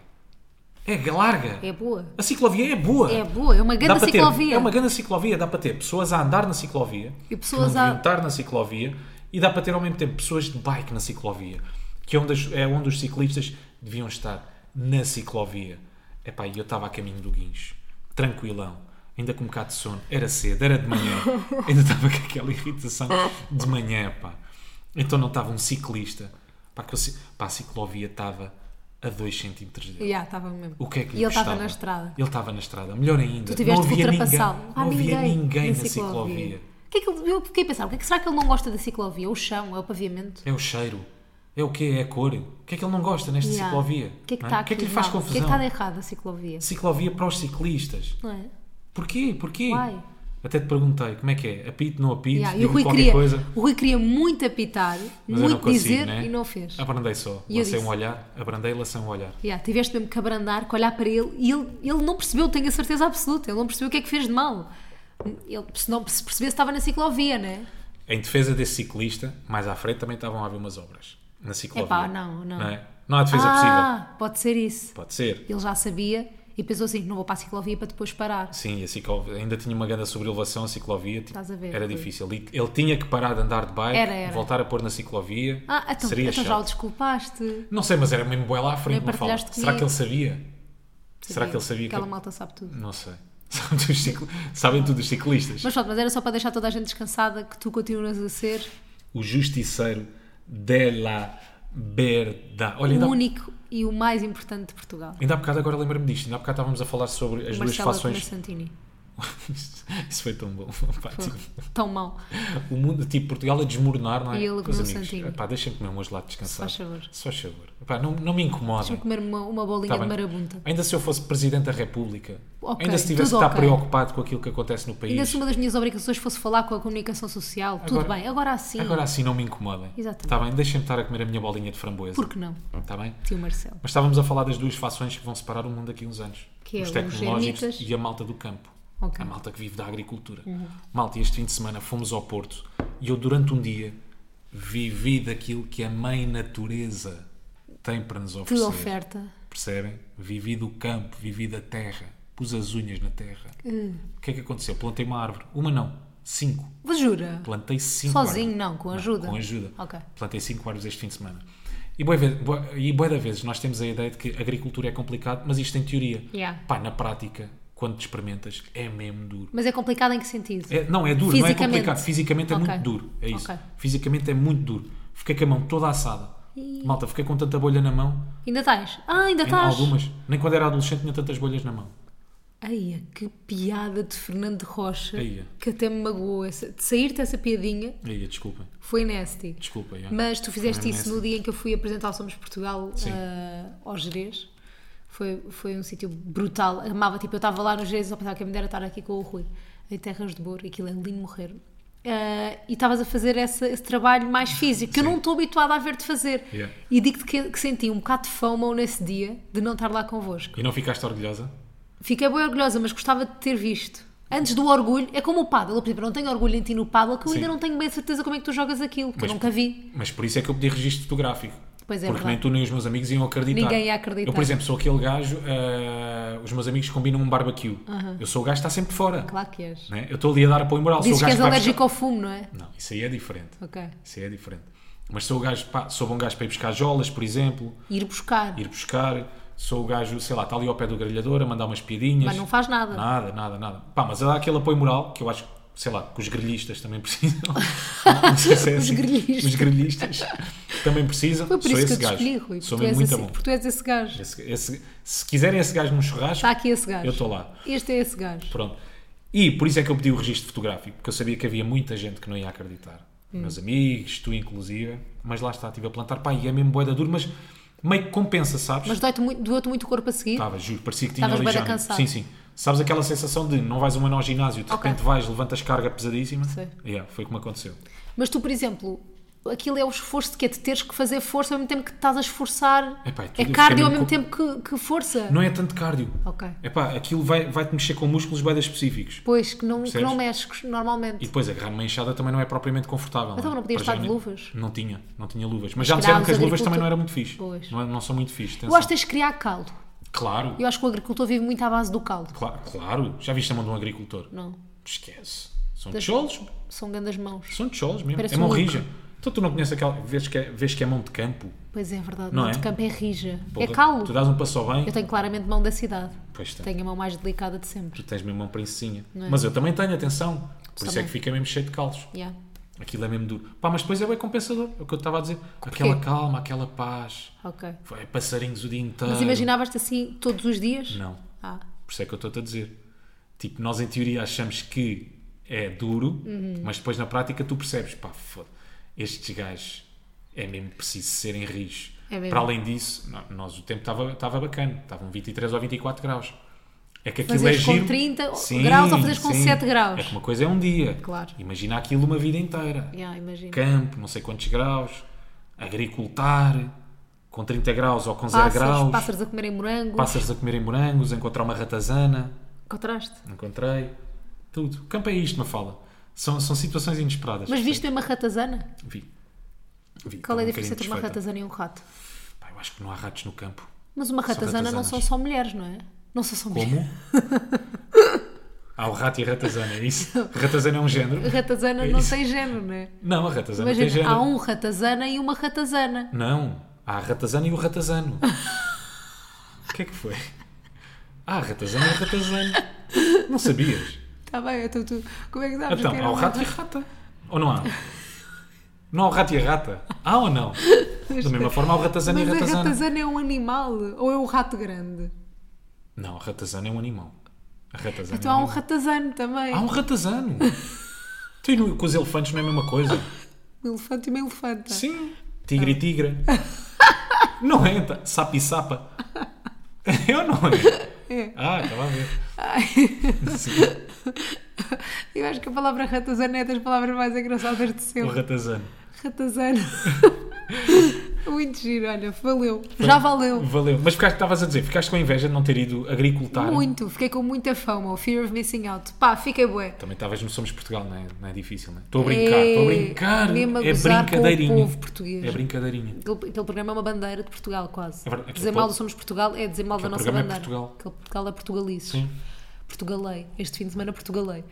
É larga. É boa. A ciclovia é boa. É boa, é uma Dá grande para ter- ciclovia. é uma grande ciclovia, dá para ter pessoas a andar na ciclovia E pessoas que não a- deviam estar na ciclovia, e dá para ter ao mesmo tempo pessoas de bike na ciclovia, que é onde os ciclistas deviam estar, na ciclovia. Epá, e eu estava a caminho do guincho, tranquilão, ainda com um bocado de sono, era cedo, era de manhã, ainda estava com aquela irritação de manhã, pá. Então não estava um ciclista, pá, a ciclovia estava a 2 centímetros dele. Estava mesmo. O que é que E lhe ele estava custava? na estrada. Ele estava na estrada. Melhor ainda. Tu tiveste não que havia ninguém, ultrapassá-lo. não havia ninguém na ciclovia. Eu fiquei a pensar, o que é que será que ele não gosta da ciclovia? O chão, é o pavimento? É o cheiro. É o quê? É a cor. O que é que ele não gosta nesta Yeah. ciclovia? O que é que Não está O que é que lhe faz mal? O que é que confusão? está de errado a ciclovia? Ciclovia para os ciclistas. Não é? Porquê? Porquê? Why? Até te perguntei, como é que é? Apito, não apito? Yeah, e o Digo Rui, qualquer queria, coisa? o Rui queria muito apitar, Mas eu não muito consigo, dizer né? e não fez. Abrandei só. E eu Lancei disse- um olhar. Abrandei e lancei um olhar. Tiveste mesmo que abrandar, que olhar para ele e ele não percebeu, tenho a certeza absoluta, ele não percebeu o que é que fez de mal. Ele, se percebesse, estava na ciclovia, não é? Em defesa desse ciclista, mais à frente também estavam a haver umas obras. Na ciclovia. Epá, não. É? Não há defesa possível. Pode ser isso. Pode ser. Ele já sabia e pensou assim, não vou para a ciclovia para depois parar. Sim, a ciclovia, ainda tinha uma grande sobrelevação, a ciclovia, tipo, Estás a ver, era Rui? difícil. Ele tinha que parar de andar de bike, Era. voltar a pôr na ciclovia, Então seria já o chato. desculpaste. Não sei, mas era mesmo bué lá à frente, Nem não fala. partilhaste Será que comigo. ele sabia? Será que ele sabia Aquela que... malta sabe tudo. Não sei. Sabem tudo os ciclistas. Mas pronto, mas era só para deixar toda a gente descansada que tu continuas a ser O justiceiro de la verdade. Olha, o único e o mais importante de Portugal. ainda há bocado agora lembro-me disto. Ainda há bocado estávamos a falar sobre as duas Marcela fações... Santini. Isso foi tão bom. Pá, tipo, Tão mal. o mundo, tipo, Portugal a desmoronar, não é? E ele Com os comeu amigos. Santini. Epá, deixem-me comer um hoje lá descansar. Se faz favor. Se faz favor. Epá, não me incomodem. Deixa-me comer uma bolinha Tá de bem. marabunta. Ainda se eu fosse Presidente da República, Ok, ainda se tivesse que tudo estar ok. preocupado com aquilo que acontece no país, Ainda se uma das minhas obrigações fosse falar com a comunicação social, tudo Agora- bem. Agora sim. agora assim não me incomodem. Exatamente. Está bem? Deixem-me estar a comer a minha bolinha de framboesa. Por que não? Está bem? Tio Marcelo. Mas estávamos a falar das duas fações que vão separar o mundo daqui a uns anos. Que é os os tecnológicos ermitas. e a malta do campo. Ok. A malta que vive da agricultura. Malta, este fim de semana fomos ao Porto e eu durante um dia vivi daquilo que a mãe natureza tem para nos oferecer. Tudo oferta. Percebem? Vivi do campo, vivi da terra, pus as unhas na terra. O que é que aconteceu? Plantei uma árvore. Uma não, 5. Vos jura? Plantei 5 Sozinho, árvores. não, com ajuda? Com ajuda. Ok. Plantei 5 árvores este fim de semana. E bué da vezes nós temos a ideia de que a agricultura é complicado, mas isto em teoria. Yeah. Pá, na prática, quando te experimentas, é mesmo duro. Mas é complicado em que sentido? Não, é duro, não é Fisicamente? complicado. Fisicamente é Ok. muito duro. É isso. Ok. Fisicamente é muito duro. Fiquei com a mão toda assada. Malta, fiquei com tanta bolha na mão. Ainda estás? Ainda Em estás? algumas. Nem quando era adolescente tinha tantas bolhas na mão. Eia, que piada de Fernando de Rocha. Eia. Que até me magoou. De sair-te essa piadinha Aí, desculpem. foi nasty. Desculpa, já. Mas tu fizeste Foi isso nasty. no dia em que eu fui apresentar o Somos Portugal Sim. ao Gerês. Foi um sítio brutal. Amava, tipo, eu estava lá no Gerês e só pensava que a me dera estar aqui com o Rui, em Terras de Boro, aquilo é lindo morrer. E estavas a fazer esse trabalho mais físico, que eu Sim. não estou habituada a ver-te fazer. Yeah. E digo-te que senti um bocado de FOMO nesse dia de não estar lá convosco. E não ficaste orgulhosa? Fiquei bem orgulhosa, mas gostava de ter visto. Antes do orgulho, é como o paddle. Eu, por exemplo, não tenho orgulho em ti no paddle, que eu Sim. ainda não tenho bem certeza como é que tu jogas aquilo, que Mas- eu nunca vi. Mas por isso é que eu pedi registro fotográfico. Pois é, Porque verdade. nem tu nem os meus amigos iam acreditar. Ninguém ia acreditar. Eu, por exemplo, sou aquele gajo, os meus amigos combinam um barbecue. Eu sou o gajo que está sempre fora. Claro que és. Né? Eu estou ali a dar apoio moral. Dizes sou o que gajo és que vai alérgico ao fumo, não é? buscar... Não, isso aí é diferente. Ok. Isso aí é diferente. Mas sou o gajo, pá, sou bom gajo para ir buscar jolas, por exemplo. Ir buscar. Ir buscar. Sou o gajo, sei lá, está ali ao pé do grelhador a mandar umas piadinhas. Mas não faz nada. Nada. Pá, mas a dar aquele apoio moral que eu acho, sei lá, que os grelhistas também precisam. Não sei se é Os assim. grelhistas. Os grelhistas também precisam. Foi por Sou isso que eu esse te gajo. escolhi, Rui. Sou Porque tu és mesmo muito assim, bom. porque tu és esse gajo. Se quiserem esse gajo num churrasco, Está aqui esse gajo. eu estou lá. Este é esse gajo. Pronto. E por isso é que eu pedi o registro fotográfico, porque eu sabia que havia muita gente que não ia acreditar. Meus amigos, tu inclusive. Mas lá está, estive a plantar. Pá, e é mesmo bué da duro, mas meio que compensa, sabes? Mas doeu-te muito o corpo a seguir? Estava, juro, parecia que tinha Estavas bué da alijado. cansado. Sim, sim. Sabes aquela sensação de não vais um ano ao ginásio, de repente vais, levantas carga pesadíssima? Sei. Yeah, foi como aconteceu. Mas tu, por exemplo, aquilo é o esforço de quê? De teres que fazer força ao mesmo tempo que te estás a esforçar. Epá, É eu cardio ao fiquei mesmo mesmo tempo que força. Não é tanto cardio. Ok. Epá, aquilo vai-te mexer com músculos bem específicos. Pois, que não Percebes? mexes normalmente. E depois agarrar numa enxada também não é propriamente confortável. Então é? não podias Para estar de já luvas? Não tinha luvas. Mas já me calhar disseram que as os luvas também agricultores- não eram muito fixe. Pois. Não são muito fixe. Eu acho que tens de criar caldo. Claro, Eu acho que o agricultor vive muito à base do caldo. claro. Já viste a mão de um agricultor? Não. Esquece. São Das- tijolos. São grandes mãos. São tijolos mesmo. Parece é mão um rija. lucro. Então tu não conheces aquela. Vês que é mão de campo? Pois é verdade. Não Mão é? de campo é rija. Porra, É calo. Tu dás um passo ao bem. Eu tenho claramente mão da cidade. Pois tem. Tenho a mão mais delicada de sempre. Tu tens mesmo mão princesinha. Não é? Mas eu também tenho, atenção. Por isso é também. que fica mesmo cheio de calos. Yeah. Aquilo é mesmo duro. Pá, mas depois é bem compensador. É o que eu estava a dizer. Aquela calma, aquela paz. Ok. Vai, passarinhos o dia inteiro. Mas imaginavas-te assim todos os dias? Não. Ah. Por isso é que eu estou-te a dizer. Tipo, nós em teoria achamos que é duro, mas depois na prática tu percebes, pá, foda, estes gajos é mesmo preciso serem rijos. É mesmo. Para além disso, nós o tempo estava bacana. Estavam 23 ou 24 graus. É que aquilo Fazeres é com giro. 30 graus ou fazeres com 7 graus? É que uma coisa é um dia. Claro. Imagina aquilo uma vida inteira. Yeah, imagino. Campo, não sei quantos graus, agricultar, com 30 graus ou com 0 graus, Pássaros a comerem morangos. pássaros a comerem morangos, encontrar uma ratazana, Encontraste? encontrei, tudo. O campo é isto, Mafalda. São situações inesperadas. Mas viste percebes? uma ratazana? Vi. Qual é a Estava um diferença bocadinho entre uma desfeita. ratazana e um rato? Pá, eu acho que não há ratos no campo. Mas uma São ratazana não são ratazanas. só mulheres, não é? Não são só mulheres. Como? Há o rato e a ratazana, é isso? Ratazana é um género? Ratazana É não isso. tem género, não é? Não, a ratazana tem Imagina, género. há um ratazana e uma ratazana. Não, há a ratazana e o ratazano. O que é que foi? Ah, a ratazana e o ratazano. Não sabias? Está bem, então tu... Como é que sabes Então, que há era o uma rato e a rata. Ou não há? Não há o rato e a rata? Há ou não? Da mesma forma há o ratazana e a Mas a ratazana. ratazana é um animal ou é um rato grande? Não, a ratazana é um animal. A ratazana Então é há um um animal. ratazano também. Há um ratazano. Então, e com os elefantes não é a mesma coisa? Um elefante e uma elefanta. Sim. Tigre e tigra. Não é? Sapa e sapa. É ou não é? É. Ah, estava a ver. Sim. Eu acho que a palavra ratazana é das palavras mais engraçadas de O sempre. ratazano. Ratazana. Muito giro, olha, valeu. Já valeu. Valeu. Mas estavas a dizer, ficaste com inveja de não ter ido agricultar. Muito, fiquei com muita fama, o fear of missing out. Pá, fiquei bué. Também estavas no Somos Portugal, não é difícil, não é? Estou a brincar. Mesmo a É gozar com o brincadeirinha. povo português. É brincadeirinha. Aquele programa é uma bandeira de Portugal, quase. É verdade, aquele Dizer mal do povo- Somos Portugal é dizer mal da aquele nossa programa é bandeira. Portugal. Aquele Portugal é portugalices. Sim. Portugalei. Este fim de semana portugalei.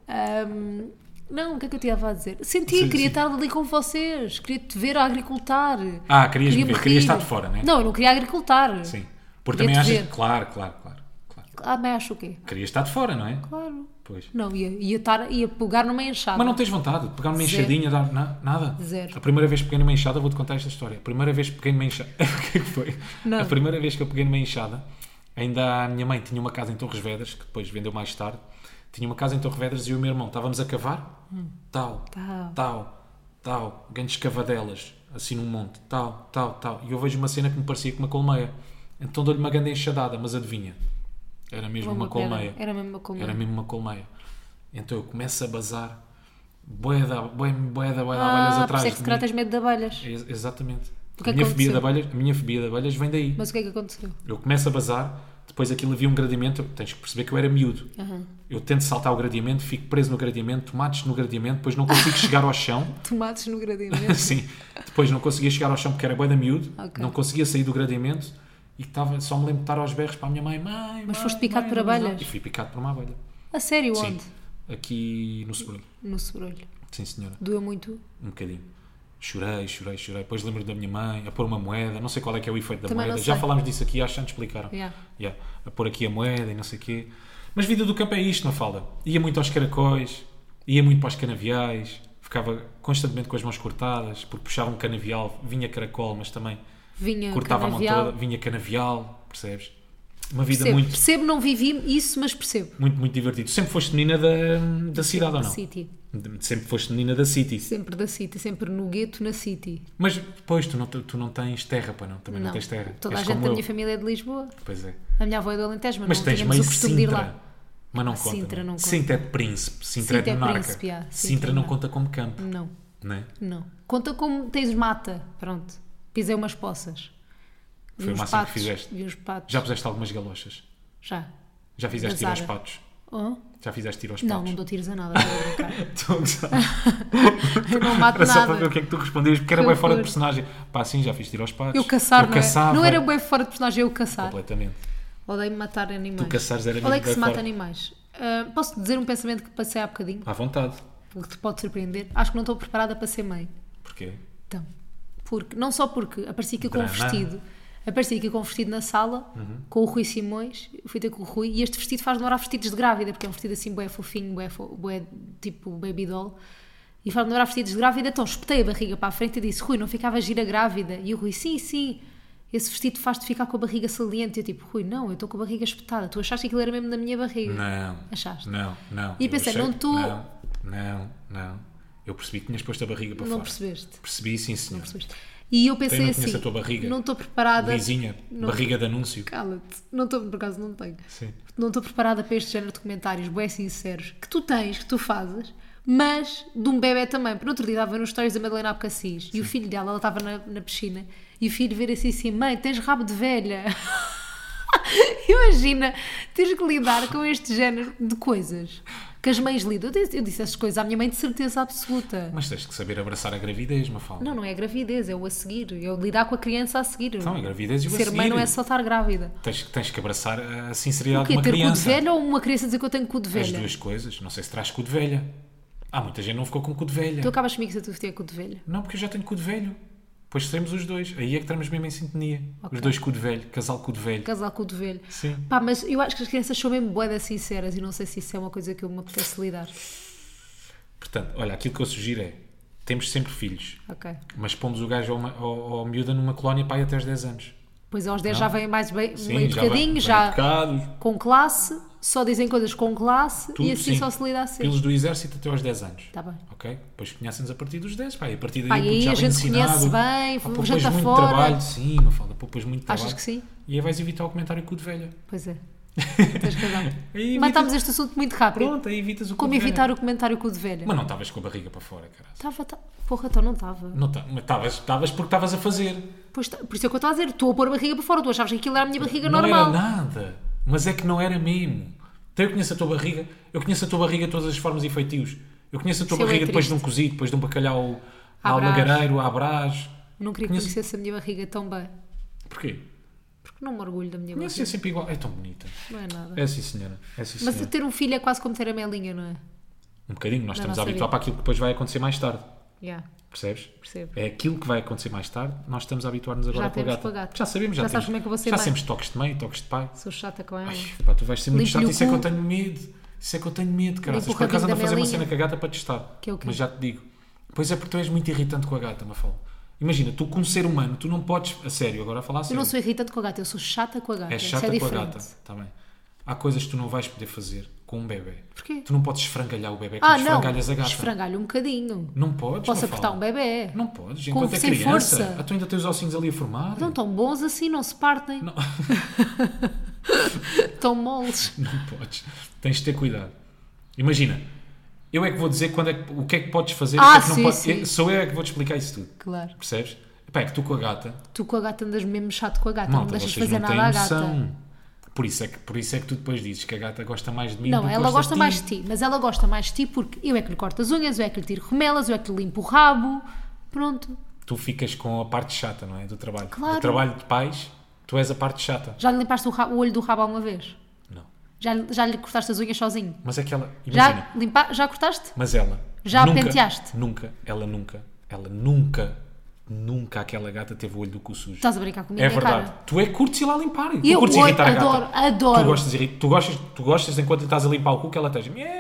Não, o que é que eu te ia a dizer? Sim, Queria sim. estar ali com vocês. Queria-te ver a agricultar. Ah, querias me Queria-me ver, querias rir. estar de fora, não é? Não, eu não queria agricultar. Sim. Porque Queria-te também achas. ver. Claro. Ah, mas acho o quê? Querias estar de fora, não é? Claro. Pois. Não, ia pegar numa enxada. Mas não tens vontade de pegar numa Zero. enxadinha, nada? Zero. A primeira vez que peguei numa enxada, vou-te contar esta história. A primeira vez que peguei numa enxada. O que é que foi? Não. A primeira vez que eu peguei numa enxada, ainda a minha mãe tinha uma casa em Torres Vedras, que depois vendeu mais tarde. Tinha uma casa em Torres Vedras e eu e o meu irmão estávamos a cavar. Tal. Ganhos escavadelas, assim num monte. Tal. E eu vejo uma cena que me parecia com uma colmeia. Então dou-lhe uma grande enxadada, mas adivinha? Era mesmo uma colmeia. Era mesmo uma colmeia. Era mesmo uma colmeia. Então eu começo a bazar. Bué de abelhas Por atrás isso é que se calhar tens medo de abelhas. Exatamente. O que A é que minha fobia aconteceu? a minha fobia de abelhas vem daí. Mas o que é que aconteceu? Eu começo a bazar, depois aquilo havia um gradiamento, tens que perceber que eu era miúdo. Eu tento saltar o gradiamento, fico preso no gradiamento, tomates no gradiamento, depois não consigo chegar ao chão. Tomates no gradiamento. Sim. Depois não conseguia chegar ao chão porque era bué da miúdo, Ok. não conseguia sair do gradiamento e só me lembro de estar aos berros para a minha mãe. Mas foste picado por não dá. abelhas? E fui picado por uma abelha. A sério, Sim. onde? Aqui no sobrolho. No sobrolho. Sim, senhora. Doeu muito? Um bocadinho. Chorei. Depois lembro da minha mãe a pôr uma moeda. Não sei qual é que é o efeito da Também moeda. não Já sei. falámos disso aqui, acho que já te explicaram. Yeah. A pôr aqui a moeda e não sei o quê. Mas vida do campo é isto, não fala. Ia muito aos caracóis, ia muito para os canaviais, ficava constantemente com as mãos cortadas, porque puxava um canavial, vinha caracol, mas também Vinha cortava a mão canavial. toda, vinha canavial, percebes? Uma vida Percebo, muito, percebo, não vivi isso, mas percebo. muito, muito divertido. Sempre foste menina da cidade ou não? City. Sempre foste menina da City. Sempre da City, sempre no gueto na City. Mas depois tu não tens terra, pá, não? Também não tens terra. Toda És a gente como da eu. minha família é de Lisboa. Pois é. A minha avó é do Alentejo, mas Mas não tens tínhamos meio o costume de ir lá. Sintra. Mas não conta. Sintra não conta. Sintra é de príncipe. Sintra Sintra é de é monarca. príncipe, Sintra Sintra não não. conta como campo. Não, Não é? não. Conta como tens mata. Pronto. Pisei umas poças. Foi o uns máximo que patos, fizeste. Vi uns patos. Já puseste algumas galochas? Já. Já fizeste Da tiro aos Zara. patos? Oh? Já fizeste tiro aos Não, patos? não dou tiros a nada. Estou a brincar. Estou a gozar. Eu não mato Era só para nada. ver o que é que tu respondias, porque era Que bem fora de horror. personagem. Pá, sim, já fiz tiro aos patos. Eu caçar, eu não é? caçava. Não era bem fora de personagem, eu caçar. Completamente. Odeio matar animais. Tu caçares era Odeio mesmo que se bem mate fora. animais. Posso dizer um pensamento que passei há bocadinho? À vontade. Que te pode surpreender? Acho que não estou preparada para ser mãe. Porquê? Então, não só porque apareci aqui com um Drama. vestido. Apareci aqui com um vestido na sala, com o Rui Simões, eu fui ter com o Rui, e este vestido faz lembrar vestidos de grávida, porque é um vestido assim bué fofinho, bué tipo baby doll, e faz lembrar vestidos de grávida, então espetei a barriga para a frente e disse, Rui, não ficava gira grávida? E o Rui, sim, esse vestido faz-te ficar com a barriga saliente. E eu tipo, Rui, não, eu estou com a barriga espetada, tu achaste que aquilo era mesmo da minha barriga? Não. Achaste? Não. E Eu pensei, achei- não estou... Não. Eu percebi que tinhas posto a barriga para Não fora. percebeste? Percebi, sim, senhor. Percebeste? E eu pensei Eu não assim, conheço a tua barriga. não estou preparada... Vizinha, Não- barriga de anúncio. Cala-te, não estou, por acaso não tenho. Sim. Não estou preparada para este género de comentários bem sinceros que tu tens, que tu fazes, mas de um bebê também. Porque no outro dia estava nos stories da Madalena Abcacis e o filho dela, ela estava na piscina e o filho ver assim, mãe, tens rabo de velha. Imagina, teres que lidar com este género de coisas que as mães lidam. Eu disse essas coisas à minha mãe de certeza absoluta. Mas tens que saber abraçar a gravidez, Mafalda. Não é a gravidez, é o a seguir. É o lidar com a criança a seguir. Então, a gravidez e o a Ser mãe seguir. não é só estar grávida. Tens que abraçar a O sinceridade quê? de uma Ter cu de criança. velha ou uma criança dizer que eu tenho cu de As velha? duas coisas. Não sei se traz cu de velha. Há muita gente que não ficou com cu de velha. Tu acabas comigo se eu te vestir cu de velha. Não, porque eu já tenho cu de velho. Pois seremos os dois. Aí é que estamos mesmo em sintonia. Ok. Os dois cu de velho. Casal cu de velho. Casal cu de velho. Sim. Pá, mas eu acho que as crianças são mesmo boedas sinceras e não sei se isso é uma coisa que eu me apetece lidar. Portanto, olha, aquilo que eu sugiro é... Temos sempre filhos. Ok. Mas pomos o gajo ao miúda numa colónia para aí até aos 10 anos. Pois aos 10 Não? já vêm mais bem, Sim, meio já bocadinho, bem já educados. com classe, só dizem coisas com classe Tudo, e assim sim. só se lida a ser. Pilos do exército até aos 10 anos. Tá bem. Ok? Depois conhecem-nos a partir dos 10. Pá, e a partir daí Pá, o e puto aí já a vem gente se conhece ensinado. bem, Pá, janta poupas muito fora. trabalho. Sim, Mafalda, poupas muito trabalho. Achas que sim? E aí vais evitar o comentário cu de velha. Pois é. Tens razão. Aí Matámos evitas- este assunto muito rápido. Pronto, aí evitas o cu Como de velha. evitar o comentário cu de velha? Mas não estavas com a barriga para fora, cara. Porra, então não estava. Não mas estavas porque estavas a fazer. Pois por isso é que eu estou a dizer, estou a pôr a barriga para fora, tu achavas que aquilo era a minha barriga Não normal. era nada. Mas é que não era mesmo. Então eu conheço a tua barriga. Eu conheço a tua barriga de todas as formas e feitios. Eu conheço a tua Isso é barriga bem depois de triste. um cozido, depois de um bacalhau ao Brás. lagareiro, à brás. Não queria que Conheço- conhecesse a minha barriga tão bem. Porquê? Porque não me orgulho da minha Conheces barriga. é sempre igual. É tão bonita. Não é nada. É sim, senhora. É sim, Mas senhora. ter um filho é quase como ter a Melinha, não é? Um bocadinho. Nós Na estamos a nossa habituar vida. para aquilo que depois vai acontecer mais tarde. Yeah, Percebes? percebo. É aquilo que vai acontecer mais tarde. Nós estamos a habituar-nos agora Já com a temos gata. com a gata. Já sabemos, Já já sabes temos. como é que eu vou ser Já mãe. temos toques de mãe e toques de pai. Sou chata com ela. Ai, pá, tu vais ser muito Limpo-lhe chato. o Isso é que eu cu. tenho medo. Isso é que eu tenho medo, cara. Limpo o Por acaso rabinho ando a da fazer uma Melinha. cena com a gata para testar. Que é o quê? Mas já te digo. Pois é porque tu és muito irritante com a gata, Mafalda. Imagina, tu como ser humano, tu não podes... A sério, agora a falar a Eu sério. não sou irritante com a gata, eu sou chata com a gata. É Isso chata é com a diferente. gata. Está bem. Há coisas que tu não vais poder fazer com um bebê. Porquê? Tu não podes esfrangalhar o bebê como Ah, não. esfrangalhas a gata. Esfrangalho um bocadinho. Não podes, Posso Mafalda. apertar um bebê. Não podes. Com- Enquanto é sem criança. força. Tu ainda tens os ossinhos ali a formar. Não tão bons assim, não se partem. Não. Tão moles. Não podes. Tens de ter cuidado. Imagina, eu é que vou dizer o que é que podes fazer e o que é que não sim, podes. sim. Sou eu é que vou-te explicar isso tudo. Claro. Percebes? Epá, é que tu com a gata, Tu com a gata andas mesmo chato com a gata, não malta, deixas vocês fazer não nada têm à gata. noção. Por isso é que tu depois dizes que a gata gosta mais de mim Não, do que ela gosta de ti. mais de ti, mas ela gosta mais de ti porque eu é que lhe corto as unhas, eu é que lhe tiro remelas, eu é que lhe limpo o rabo. Pronto. Tu ficas com a parte chata, não é? Do trabalho. Claro. Do trabalho de pais, tu és a parte chata. Já lhe limpaste o olho do rabo alguma vez? Não. Já lhe cortaste as unhas sozinho? Mas é que ela, imagina, Já cortaste? mas ela Já nunca, penteaste? nunca aquela gata teve o olho do cu sujo. Estás a brincar comigo É na verdade. cara? Tu é que curtes ir lá limpar. Eu tu curtes irritar a adoro, gata. adoro. Tu gostas enquanto lhe estás a limpar o cu que ela esteja. "Miau".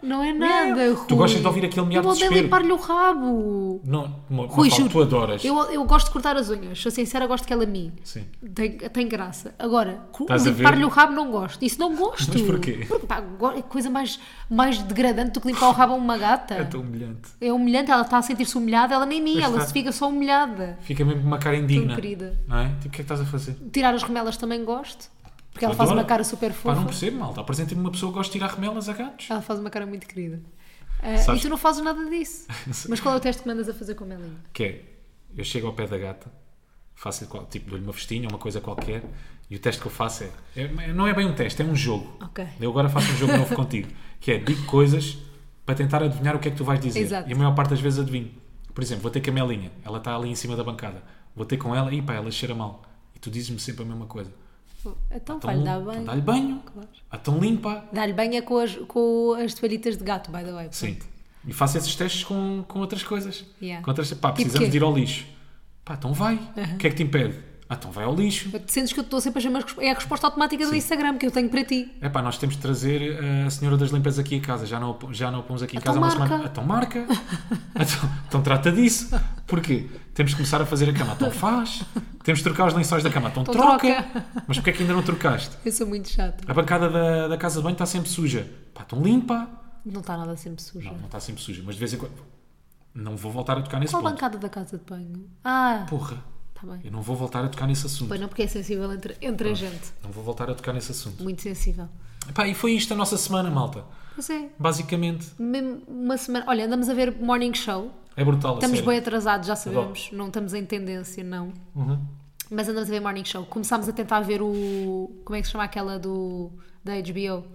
Não é nada, Rui. Tu gostas de ouvir aquele miar de Eu odeio desespero. limpar-lhe o rabo. Não, Rui, Mafalda, juro. tu adoras. Eu gosto de cortar as unhas. Sou sincera, gosto que ela me. Sim. Tem graça. Agora, Estás a ver? limpar-lhe o rabo não gosto. Isso não gosto. Mas porquê? Porque, pá, é coisa mais degradante do que limpar o rabo a uma gata. É tão humilhante. É humilhante, ela está a sentir-se humilhada, ela nem Pois ela está. se fica só humilhada. Fica mesmo com uma cara indigna. Tão querida. Não é? Tipo, o que é que estás a fazer? Tirar as remelas também gosto, porque ela Eu faz adoro. uma cara super Pá, fofa. não percebo, malta. Apresentem-me uma pessoa que gosta de tirar remelas a gatos. Ela faz uma cara muito querida. Sabes- E tu não fazes nada disso. Mas qual é o teste que mandas a fazer com a Melinha? Que é, eu chego ao pé da gata, faço tipo, dou-lhe uma festinha, uma coisa qualquer, e o teste que eu faço não é bem um teste, é um jogo. Ok. Eu agora faço um jogo novo contigo, que é, digo coisas para tentar adivinhar o que é que tu vais dizer. Exato. E a maior parte das vezes adivinho. Por exemplo, vou ter com a Melinha, ela está ali em cima da bancada, vou ter com ela, e pá, ela cheira mal. E tu dizes-me sempre a mesma coisa. Então vai-lhe dar Então banho. dá-lhe banho, Claro. então limpa. Dá-lhe banho é com as toalhitas de gato, by the way. Sim. E faço esses testes com outras coisas. Yeah. Com outras, pá, Tipo precisamos quê? de ir ao lixo. Pá, então vai. O que é que te impede? Então vai ao lixo. Tu sentes que eu estou sempre a chamar. É a resposta automática do Instagram que eu tenho para ti. É pá, nós temos de trazer a senhora das limpezas aqui a casa. Já não a pomos aqui em Então casa há uma marca. semana. Então marca. então trata disso. Porquê? Temos de começar a fazer a cama. Então faz. Temos de trocar os lençóis da cama. Então Então troca. troca. Mas porquê é que ainda não trocaste? Eu sou muito chata. A bancada da casa de banho está sempre suja. Pá, então limpa. Não está nada sempre suja. Não está sempre suja. Mas de vez em quando... Não vou voltar a tocar nesse Qual ponto. bancada da casa de banho? Ah, Porra. está bem. Eu não vou voltar a tocar nesse assunto. Pois não, porque é sensível entre a gente. Não vou voltar a tocar nesse assunto. Muito sensível. Epá, e foi isto a nossa semana, malta. Pois é. Basicamente, Mesmo uma semana. Olha, andamos a ver Morning Show. é brutal. a Estamos sério. bem atrasados, já sabemos. Não estamos em tendência, não. Uhum. Mas andamos a ver Morning Show. Começámos a tentar ver o. Como é que se chama aquela da HBO?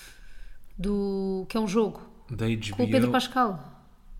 Que é um jogo. Da HBO. Com o Pedro Pascal.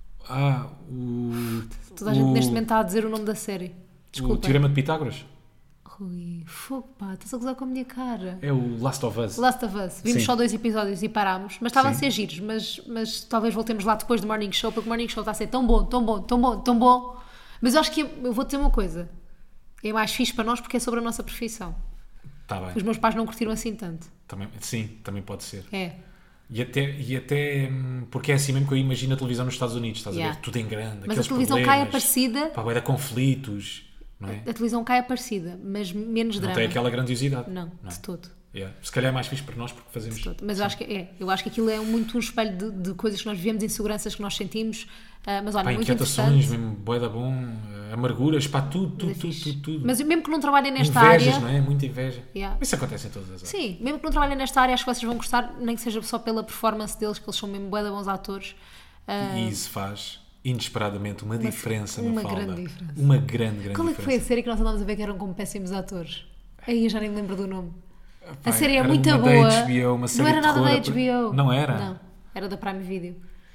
Toda a gente neste momento está a dizer o nome da série. O Desculpa. Teorema de Pitágoras. Rui, fogo, pá, estás a gozar com a minha cara. É o Last of Us. Last of Us. Vimos Sim. só 2 episódios e parámos. Mas estavam a Sim. ser giros. Mas talvez voltemos lá depois do Morning Show, porque o Morning Show está a ser tão bom, tão bom, tão bom, tão bom. Mas eu acho que eu vou dizer uma coisa. É mais fixe para nós porque é sobre a nossa profissão. Está bem. Os meus pais não curtiram assim tanto. Também, sim, também pode ser. É. E até porque é assim mesmo que eu imagino a televisão nos Estados Unidos, estás a Yeah. ver? Tudo em grande. Mas a aqueles televisão problemas, cai aparecida. Pá, bué de conflitos, não é? A televisão cai aparecida, mas menos Não drama. tem aquela grandiosidade. Não, de todo. Yeah. Se calhar é mais fixe para nós porque fazemos. Mas eu acho que aquilo é muito um espelho de coisas que nós vivemos, inseguranças que nós sentimos. Mas olha, Pá, muito inquietações, interessante. mesmo bué da bom, amarguras, pá, tudo. Mas mesmo que não trabalhem nesta Invejas, área. não é? Muita inveja. Yeah. Isso acontece em todas as áreas. Sim, mesmo que não trabalhem nesta área, acho que vocês vão gostar, nem que seja só pela performance deles, que eles são mesmo bué de bons atores. E isso faz inesperadamente uma diferença uma na falda. grande diferença. Uma grande Qual é que diferença. foi a série que nós andámos a ver que eram como péssimos atores? Aí eu já nem me lembro do nome. Pá, A série é era muito uma boa. da HBO, uma série não era de nada da terror. HBO. Não era? Não, era da Prime Video.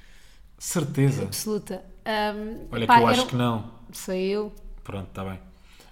Certeza. Absoluta. Olha pá, que eu acho que não. Sei eu. Pronto, está bem.